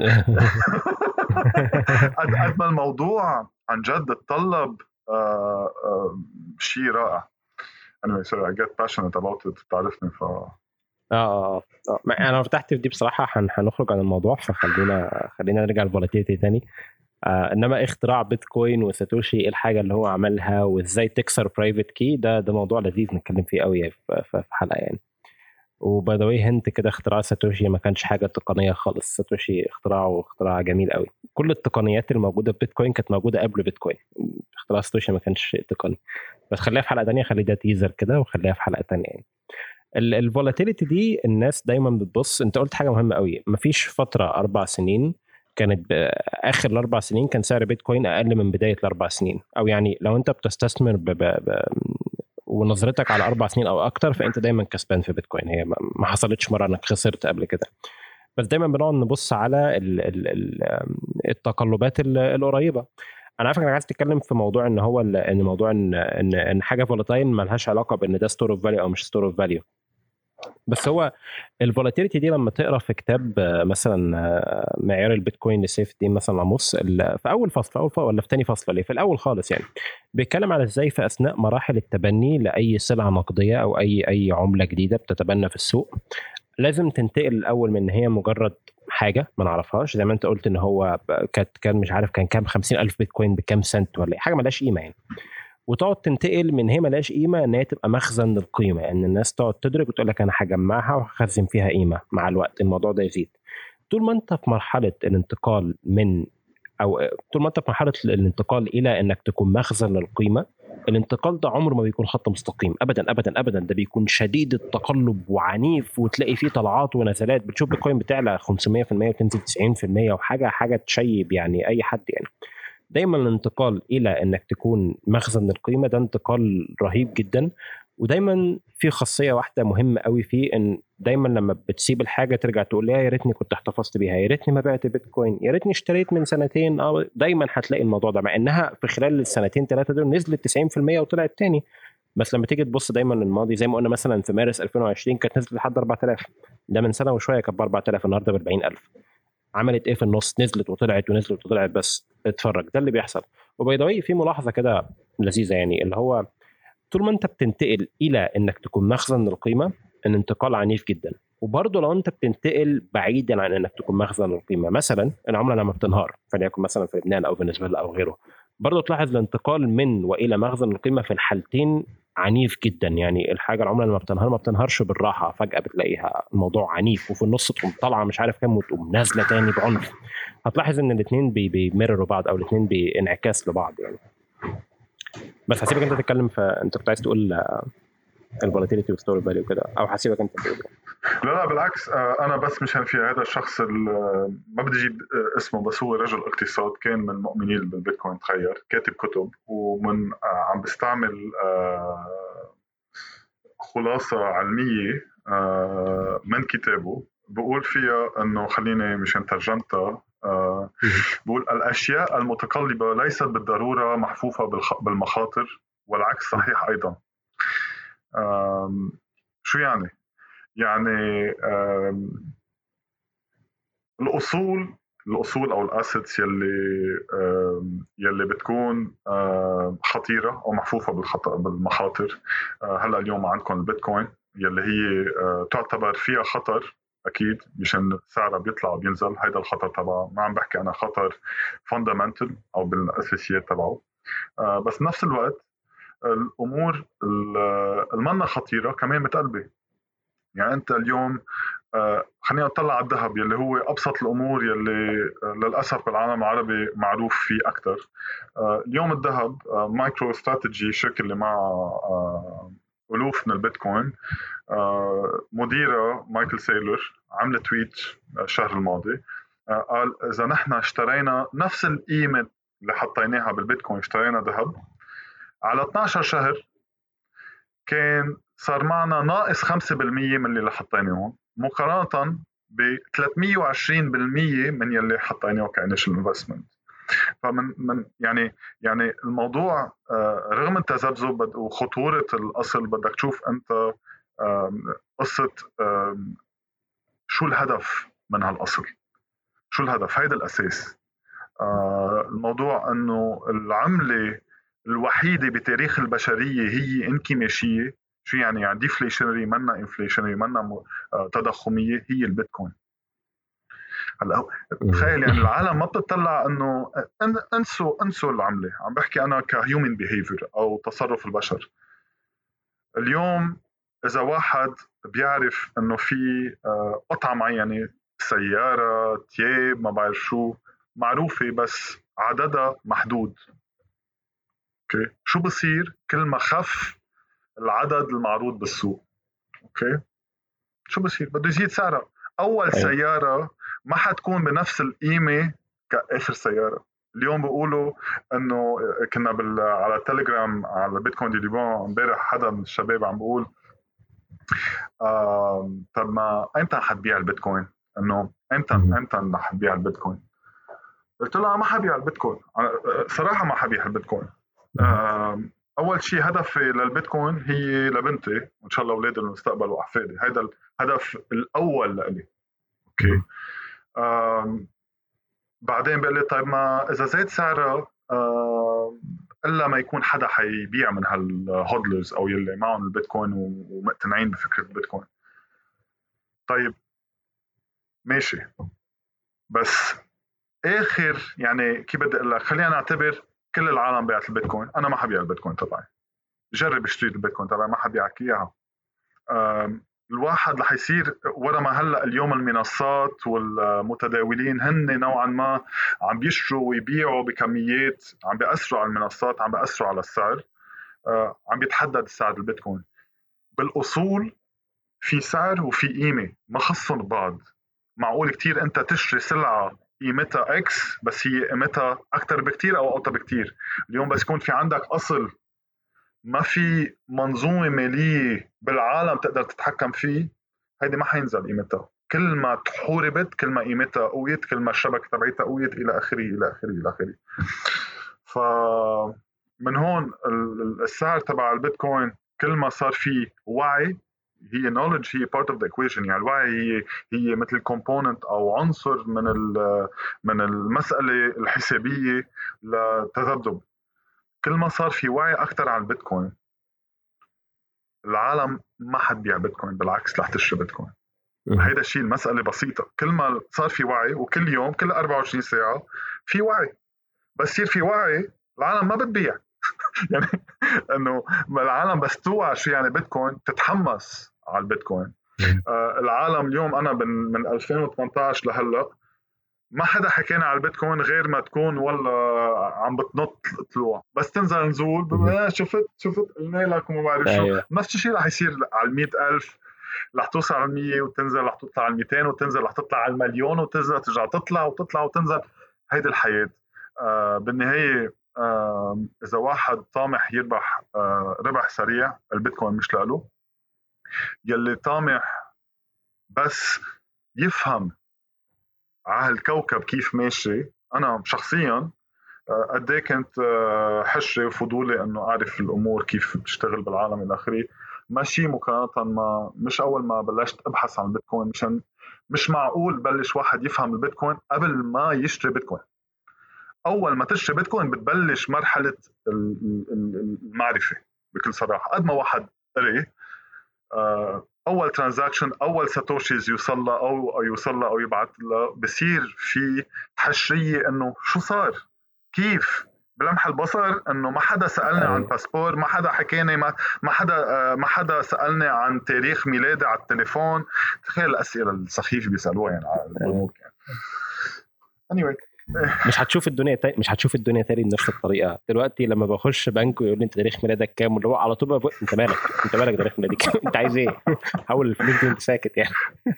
قد ما الموضوع عن جد تطلب آه آه شيء رائع. anyway sorry I get passionate about it بتعرفني ف اه اه اه ما انا ارتحت في دي بصراحه. هن- هنخرج عن الموضوع، فخلينا خلينا نرجع للفولاتيليتي تاني. آه انما اختراع بيتكوين وساتوشي، ايه الحاجه اللي هو عملها وازاي تكسر برايفت كي، ده ده موضوع لذيذ نتكلم فيه قوي في في- في حلقه يعني. وباي ذا واي هنت كده، اختراع ساتوشي ما كانش حاجه تقنيه خالص. ساتوشي اختراعه اختراع جميل قوي. كل التقنيات الموجوده في بيتكوين كانت موجوده قبل بيتكوين. اختراع ساتوشي ما كانش شيء تقني. بس خليها في حلقه تانية، خلي ده تيزر كده وخليها في حلقه تانية يعني. الفولاتيليتي دي الناس دايما بتبص، انت قلت حاجه مهمه قوي، مفيش فتره اربع سنين كانت ب... اخر الاربع سنين كان سعر بيتكوين اقل من بدايه الاربع سنين. او يعني لو انت بتستثمر ب... ب... ب... ونظرتك على اربع سنين او اكتر، فانت دايما كسبان في بيتكوين. هي ما ما حصلتش مره انك خسرت قبل كده. بس دايما بنقعد نبص على ال... ال... ال... التقلبات ال- القريبه. انا عارف انك عايز تتكلم في موضوع ان هو ال- ان موضوع ان ان ان حاجه فولاتايل مالهاش علاقه بان ده ستور اوف فاليو او مش ستور اوف فاليو. بس هو الفولاتيليتي دي لما تقرا في كتاب آه، مثلا آه، معيار البيتكوين لسيفتي مثلا عموس ال- في اول فصل، اول فصل ولا في تاني فصل، ليه في الاول خالص يعني، بيتكلم على ازاي في اثناء مراحل التبني لاي سلعه نقديه او اي اي عمله جديده بتتبنى في السوق، لازم تنتقل الاول من ان هي مجرد حاجه ما نعرفهاش، زي ما انت قلت ان هو ب- كانت كان مش عارف كان كام خمسين الف بيتكوين بكام سنت ولا إيه، حاجه ملهاش قيمه يعني. وتقعد تنتقل من هي ملهاش قيمه ان هي تبقى مخزن للقيمه، ان يعني الناس تقعد تدرك وتقول لك انا هجمعها وهخزن فيها قيمه. مع الوقت الموضوع ده يزيد. طول ما انت في مرحله الانتقال من او طول ما انت في مرحله الانتقال الى انك تكون مخزن للقيمه، الانتقال ده عمره ما بيكون خط مستقيم ابدا ابدا ابدا. ده بيكون شديد التقلب وعنيف، وتلاقي فيه طلعات ونزلات. بتشوف بيتكوين بتعلى خمسمية في المية وتنزل تسعين في المية وحاجه حاجه تشيب يعني اي حد يعني. دايما الانتقال الى انك تكون مخزن للقيمه ده انتقال رهيب جدا. ودايما في خاصيه واحده مهمه قوي فيه، ان دايما لما بتسيب الحاجه ترجع تقول يا ريتني كنت احتفظت بيها، يا ريتني ما بعت بيتكوين، يا ريتني اشتريت من سنتين. اه دايما هتلاقي الموضوع ده، مع انها في خلال السنتين ثلاثه دول نزلت تسعين في المية وطلعت تاني. بس لما تيجي تبص دايما للماضي، زي ما قلنا مثلا في مارس ألفين وعشرين كانت نزلت لحد اربعة آلاف. ده من سنه وشويه كانت ب اربعة آلاف، النهارده ب اربعين الف. عملت ايه في النص؟ نزلت وطلعت ونزلت وطلعت. بس اتفرج ده اللي بيحصل. وبيضاوي في ملاحظه كده لذيذه يعني، اللي هو طول ما انت بتنتقل الى انك تكون مخزن للقيمه، الانتقال عنيف جدا. وبرضه لو انت بتنتقل بعيدا عن انك تكون مخزن للقيمه، مثلا العمله لما بتنهار فليكن مثلا في لبنان او فنزويلا او غيره، برضه تلاحظ الانتقال من والى مخزن القيمه في الحالتين عنيف جدا. يعني الحاجه العمله لما بتنهار ما بتنهارش بالراحه، فجاه بتلاقيها الموضوع عنيف، وفي النص تقوم طالعه مش عارف كام وتقوم نازله تاني بعنف. هتلاحظ ان الاثنين بي بيمرروا بعض، او الاثنين بانعكاس لبعض يعني. بس هسيبك انت تتكلم، فانت كنت عايز تقول الفولاتيليتي والستوري فاليو كده، او هسيبك انت تقول. لا لا بالعكس، انا بس مشان في هذا الشخص ما بدي اجيب اسمه، بس هو رجل اقتصاد كان من مؤمنين بالبيتكوين، تخيل كاتب كتب ومن عم بيستعمل خلاصة علمية من كتابه بقول فيها انه، خليني مشان ترجمتها، بقول الاشياء المتقلبة ليست بالضرورة محفوفة بالمخاطر، والعكس صحيح ايضا. شو يعني؟ يعني الاصول الاصول او الاسيتس يلي يلي بتكون خطيره او محفوفه بالمخاطر. هلا اليوم عندكم البيتكوين يلي هي تعتبر فيها خطر اكيد، مشان سعرها بيطلع وبينزل. هيدا الخطر تبعه، ما عم بحكي انا خطر فاندامنتال او بالاساسيات تبعه. بس بنفس الوقت الامور المنا خطيره كمان متقلبه. يعني انت اليوم آه خلينا نطلع على الذهب يلي هو ابسط الامور يلي آه للاسف بالعالم العربي معروف فيه اكثر. آه اليوم الذهب، آه مايكرو استراتيجي، الشركه اللي مع آه الوف من البيتكوين، آه مديره مايكل سايلور عمل تويت الشهر الماضي، آه قال اذا نحن اشترينا نفس القيمه اللي حطيناها بالبيتكوين، اشترينا ذهب على اثناشر شهر، كان صار معنا ناقص خمسة بالمية من اللي حطيناهم، مقارنة ب ثلاثمية وعشرين بالمية من يلي حطيناه كانيشال انفستمنت. فمن من يعني يعني الموضوع رغم التذبذب وخطورة الأصل، بدك تشوف أنت قصة شو الهدف من هالأصل، شو الهدف، هيدا الأساس. الموضوع أنه العملة الوحيدة بتاريخ البشرية هي انكماشية، شو يعني يعني ديفليشنري منا انفليشنري منا تضخميه هي البيتكوين. هلا تخيل يعني العالم ما بتطلع انه انسوا انسوا العمله، عم بحكي انا كهيومن بيهيفير او تصرف البشر. اليوم اذا واحد بيعرف انه في قطعه معينه سياره تياب ما بعرف شو معروفه بس عددها محدود، اوكي شو بصير كل ما خف العدد المعروض بالسوق؟ اوكي شو بصير؟ بده يزيد سعرها. اول أيه. سياره ما حتكون بنفس القيمه كاخر سياره. اليوم بيقولوا انه كنا بال... على التليجرام على بيتكوين دي ديبون امبارح حدا من الشباب عم بيقول آه... طب ما امتى حتبيع البيتكوين؟ انه امتى امتى رح تبيع البيتكوين؟ قلت له ما حبيع البيتكوين صراحه، ما حبيع البيتكوين. آه... اول شيء هدفي للبيتكوين هي لبنتي وان شاء الله اولادي المستقبل واحفادي، هذا الهدف الاول لإلي. اوكي آم بعدين بقول لي طيب ما اذا زاد سعرها الا ما يكون حدا حيبيع من هالهودلرز او يلي معهم البيتكوين ومقتنعين بفكره البيتكوين. طيب ماشي، بس اخر يعني كيف بدي اقول لك، خلينا نعتبر كل العالم بيعت البيتكوين، انا ما حبيع البيتكوين تبعي، جرب اشتري البيتكوين تبعي ما حبيعك اياها. الواحد رح يصير ورا ما هلا اليوم المنصات والمتداولين هن نوعا ما عم بيشتروا ويبيعوا بكميات، عم بيأثروا على المنصات، عم بيأثروا على السعر، عم بيتحدد سعر البيتكوين. بالاصول في سعر وفي قيمه ما خصهم ببعض. معقول كتير انت تشتري سلعه قيمتها اكس بس هي قيمتها اكثر بكتير او اوطى بكتير. اليوم بس يكون في عندك اصل ما في منظومة مالية بالعالم تقدر تتحكم فيه، هيدي ما حينزل قيمتها. كل ما تحوربت كل ما قيمتها قويت، كل ما الشبكة تبعتها قويت إلى آخره إلى آخره إلى آخره. فمن هون السعر تبع البيتكوين كل ما صار فيه وعي، هي knowledge هي part of the equation، يعني الوعي هي هي مثل component أو عنصر من من المسألة الحسابية لتذبذب. كل ما صار في وعي أكتر عن البيتكوين العالم ما حد بيع بيتكوين، بالعكس رح تشتري بيتكوين. هيدا الشيء المسألة بسيطة، كل ما صار في وعي وكل يوم كل أربعة وعشرين ساعة في وعي، بس يصير في وعي العالم ما بتبيع يعني انه العالم بس توعى شو يعني بيتكوين تتحمس على البيتكوين. آه العالم اليوم انا من ألفين وثمانية عشر لهلا ما حدا حكينا على البيتكوين غير ما تكون والله عم بتنط طلوع، بس تنزل نزول شفت شفت قلنا لك وما بعرف شو. نفس الشيء رح يصير على المئة ألف، رح توصل على المية وتنزل، رح تطلع على المئتين وتنزل، رح تطلع على المليون وتنزل، ترجع تطلع وتطلع وتنزل. هيدي الحياة. آه بالنهاية آه إذا واحد طامح يربح آه ربح سريع البيتكوين مش له. يلي طامح بس يفهم على الكوكب كيف ماشي. أنا شخصياً قد كنت حشري وفضولي إنه أعرف الأمور كيف بتشتغل بالعالم إلى آخره، ماشي مقارنة ما مش أول ما بلشت أبحث عن البيتكوين مشان مش معقول بلش واحد يفهم البيتكوين قبل ما يشتري بيتكوين. أول ما تشتري بيتكوين بتبلش مرحلة المعرفة بكل صراحة. قد ما واحد قري أول ترانزاكشن أول ساتوشيز يوصل له أو يوصل له أو يبعث له بصير في حشرية إنه شو صار كيف بلمح البصر، إنه ما حدا سألني عن باسبور، ما حدا حكيني، ما ما حدا ما حدا سألني عن تاريخ ميلادي على التليفون. تخيل الأسئلة السخيفة بيسألوها يعني على البنوك يعني. anyway مش هتشوف الدنيا تاني، مش هتشوف الدنيا تاني بنفس الطريقه. دلوقتي لما بخش بنك ويقول لي انت تاريخ ميلادك كام، اللي هو على طول بقى انت مالك انت مالك تاريخ ميلادك انت عايز ايه؟ حول الفلوس دي وانت ساكت يعني.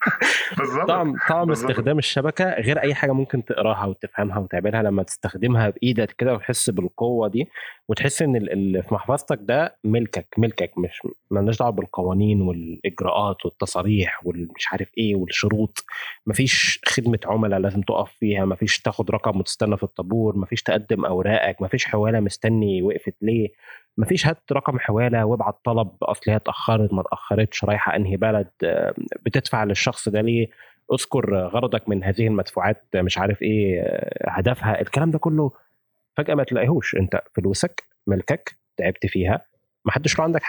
طعم طعم استخدام الشبكه غير اي حاجه ممكن تقراها وتفهمها وتعملها لما تستخدمها بايدك كده وتحس بالقوه دي وتحس ان اللي في محفظتك ده ملكك ملكك مش مالناش دعوه بالقوانين والاجراءات والتصاريح والمش عارف ايه والشروط. مفيش خدمه عملاء لازم تقف فيها، مفيش تاخد رقم وتستنى في الطابور، مفيش تقدم اوراقك، مفيش حواله مستني وقفت ليه، مفيش هات رقم حواله وابعت طلب اصل هي اتاخرت ما اتاخرتش رايحه انهي بلد بتدفع للشخص ده ليه، اذكر غرضك من هذه المدفوعات مش عارف ايه هدفها. الكلام ده كله فجاه ما تلاقيهوش. انت فلوسك ملكك تعبت فيها، ما حدش له عندك حاجه.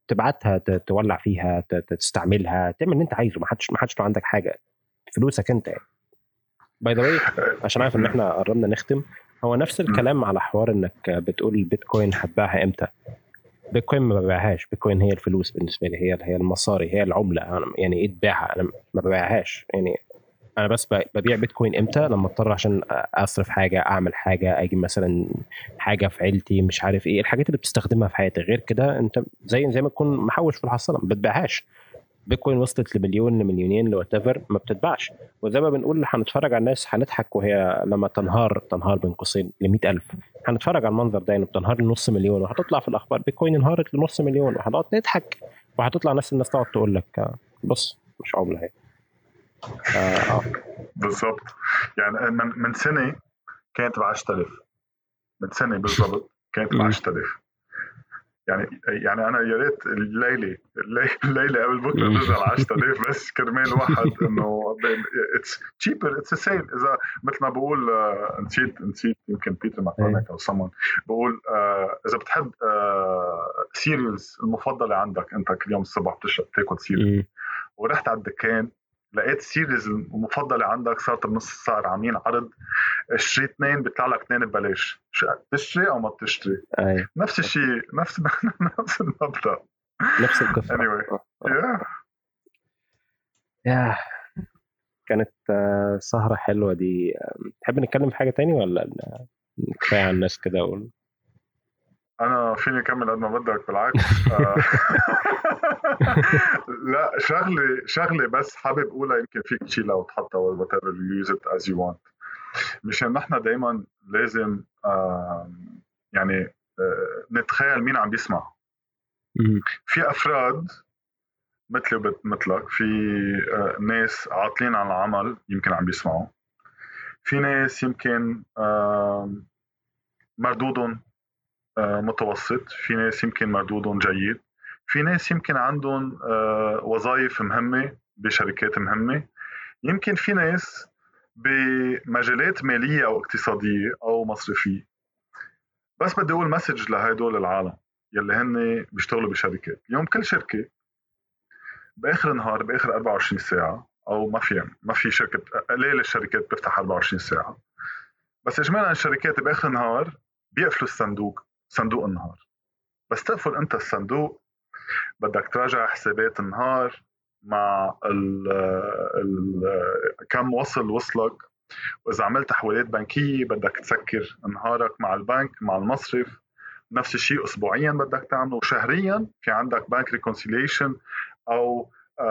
تبعتها تولع فيها تستعملها تعمل اللي انت عايزه. ما حدش ما حدش له عندك حاجه، فلوسك انت يعني. باي ذا واي عشان عارف ان احنا قربنا نختم، هو نفس الكلام على حوار انك بتقول البيتكوين هتباعها امتى. بيتكوين ما ببيعهاش، بيتكوين هي الفلوس بالنسبه لي، هي هي المصاري، هي العمله. أنا يعني ايه تبيعها؟ انا ما ببيعهاش يعني. انا بس ببيع بيتكوين امتى؟ لما اضطر عشان اصرف حاجه، اعمل حاجه، اجي مثلا حاجه في عيلتي، مش عارف ايه الحاجات اللي بتستخدمها في حياتك. غير كده انت زي زي ما تكون محوش في الحصاله، ما بتبيعهاش. بيتكوين وصلت لمليون لمليونين لواتيفر، ما بتتباعش. وزي ما بنقول هنتفرج على الناس هنضحك وهي لما تنهار تنهار بين قوسين ل مئة ألف. هنتفرج على المنظر ده انه بتنهار لنص مليون، وهتطلع في الاخبار بيتكوين انهارت لنص مليون، وهنقعد نضحك، وهتطلع ناس الناس تقعد تقول لك بص مش عمله هي. اه بالضبط. يعني من من سنه كانت ب عشرة آلاف، من سنه بالضبط كانت ب عشرة آلاف. يعني يعني انا يا ريت الليله الليله قبل بكره نزل عشرة آلاف بس كرمال واحد انه اتس تشيبر اتس سيل. اذا مثل ما بقول uh, نسيت نسيت يمكن بيتر ماكونيك او سمون بقول uh, اذا بتحب سيريالز uh, المفضله عندك انت كل يوم الصبح بتشرب تاكل سيريال، ورحت على الدكان لقيت سيريز المفضله عندك صارت بنص سعر، عاملين عرض اشتري اثنين بيطلع لك اثنين ببلاش، تشتري او ما تشتري؟ أي. نفس الشيء، نفس نفس المبدا، نفس القصه. anyway. yeah. يا كانت سهره حلوه دي. تحب نتكلم في حاجه تاني ولا كفايه على الناس كده؟ اقول انا فيني اكمل قد ما بدك بالعكس. لا شغله شغله بس حابب اقولها، يمكن فيك تشيلها وتحطها ولا whatever you use it as you want. مشان نحن دايما لازم آه يعني آه نتخيل مين عم بيسمع. في افراد مثلي مثلك، في آه ناس عاطلين عن العمل يمكن عم بيسمعوا، في ناس يمكن آه مردودهم آه متوسط، في ناس يمكن مردودهم جيد، في ناس يمكن عندهم آه وظائف مهمة بشركات مهمة، يمكن في ناس بمجالات مالية أو اقتصادية أو مصرفية. بس بدي أقول مسج لهدول العالم يلي هن بيشتغلوا بشركات. اليوم كل شركة بآخر النهار، بآخر أربعة وعشرين ساعة، أو ما في ما في شركة قليلة الشركات بتفتح أربعة وعشرين ساعة، بس إجمالا الشركات بآخر النهار بيقفلوا الصندوق، صندوق النهار. بس تقفل أنت الصندوق بدك تراجع حسابات النهار مع ال ال كم وصل وصلك، وإذا عملت تحويلات بنكية بدك تسكر نهارك مع البنك مع المصرف. نفس الشيء أسبوعيا بدك تعمله، وشهريا في عندك بنك ريكونسيليشن أو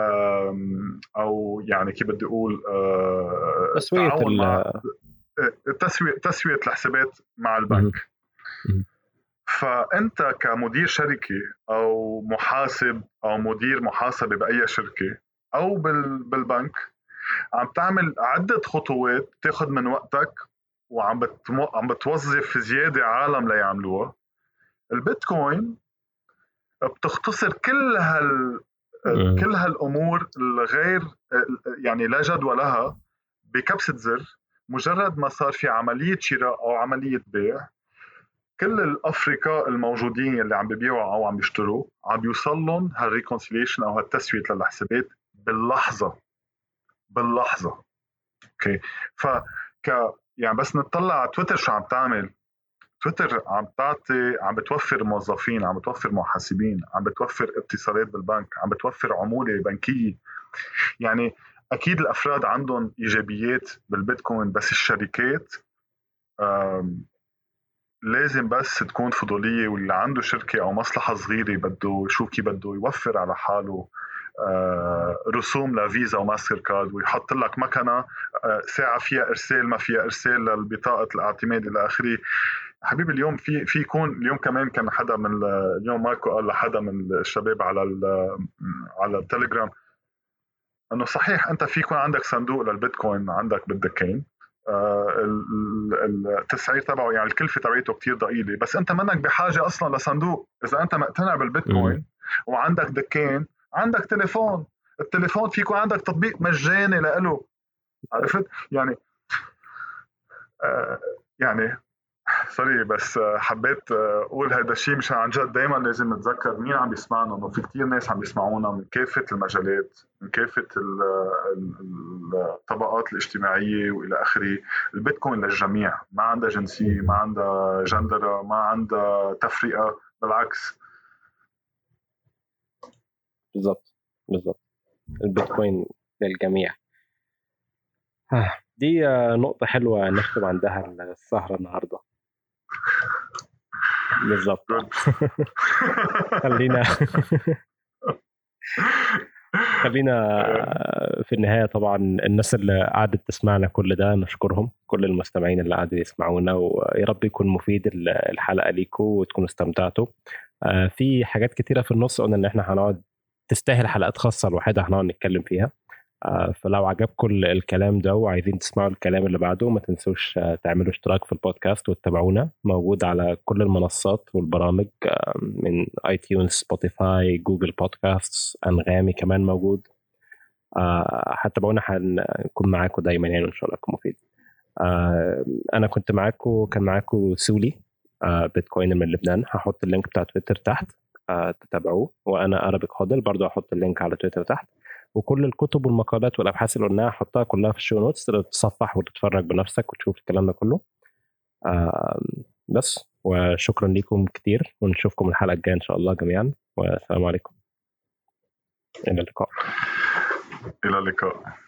أو يعني كيف بدي أقول تسوية تعاون مع تسوية تسوية الحسابات مع البنك. فأنت كمدير شركة أو محاسب أو مدير محاسبة بأي شركة أو بالبنك عم تعمل عدة خطوات تاخد من وقتك، وعم بتمو... عم بتوظف زيادة عالم ليعملوها. البيتكوين بتختصر كل هال كل هالأمور الغير يعني لا جدوى لها بكبسة زر. مجرد ما صار في عملية شراء أو عملية بيع، كل الأفريقيا الموجودين اللي عم بيبيعوا أو عم بيشتروا عم بيوصل لهم هالريكونسيليشن أو هالتسوية للحسابات باللحظة باللحظة. اوكي. فك يعني بس نطلع على تويتر شو عم تعمل. تويتر عم تعطي، عم بتوفر موظفين، عم بتوفر محاسبين، عم بتوفر اتصالات بالبنك، عم بتوفر عمولة بنكية. يعني أكيد الأفراد عندهم إيجابيات بالبيتكوين، بس الشركات لازم بس تكون فضولية، واللي عنده شركة أو مصلحة صغيرة بده يشوف كيف بده يوفر على حاله رسوم لفيزا وماستر كارد، ويحط لك مكنة ساعة فيها إرسال ما فيها إرسال للبطاقة الاعتماد إلى آخره. حبيبي اليوم في في يكون اليوم كمان كان حدا من اليوم ماركو قال لحدا من الشباب على على التليجرام انه صحيح انت في يكون عندك صندوق للبيتكوين عندك بالدكين، التسعير تبعه يعني الكلفه تبعته كتير ضئيله، بس انت منك بحاجه اصلا لصندوق. اذا انت مقتنع بالبيتكوين وعندك دكين، عندك تليفون، التليفون في يكون عندك تطبيق مجاني له. عرفت يعني؟ آه يعني سوري بس حبيت اقول هذا الشيء مشان عن جد دائما لازم نتذكر مين عم بيسمعنا، انه في كتير ناس عم بيسمعونا من كافه المجالات، من كافه الطبقات الاجتماعيه والى اخره. البيتكوين للجميع، ما عندها جنسيه، ما عندها جندره، ما عندها تفرقه، بالعكس. بالضبط بالضبط البيتكوين للجميع. دي نقطة حلوة نختم عندها السهرة النهاردة. بالضبط. خلينا خلينا في النهاية طبعا الناس اللي قعدت تسمعنا كل ده نشكرهم، كل المستمعين اللي قعدوا يسمعونا، ويا رب يكون مفيد الحلقة ليكم وتكونوا استمتعتوا. في حاجات كتيرة في النص قلنا ان احنا هنقعد تستاهل حلقات خاصة الوحيدة هنقعد نتكلم فيها. فلو عجبكم الكلام ده وعايزين تسمعوا الكلام اللي بعده ما تنسوش تعملوا اشتراك في البودكاست وتتابعونا. موجود على كل المنصات والبرامج من اي تيونز، سبوتيفاي، جوجل بودكاست، انغامي كمان موجود. هتابعونا هنكون معاكم دايما يعني ان شاء الله يكون مفيد. انا كنت معاكم كان معاكم سولي بيتكوين من لبنان. هحط اللينك بتاع تويتر تحت تتابعوه، وانا ارابيك هودل برضو هحط اللينك على تويتر تحت، وكل الكتب والمقالات والابحاث اللي قلناها هحطها كلها في الشو نوتس، تقدر تصفح وتتفرج بنفسك وتشوف الكلام ده كله. بس وشكرا لكم كتير، ونشوفكم الحلقه الجايه ان شاء الله جميعا، والسلام عليكم. الى اللقاء. الى اللقاء.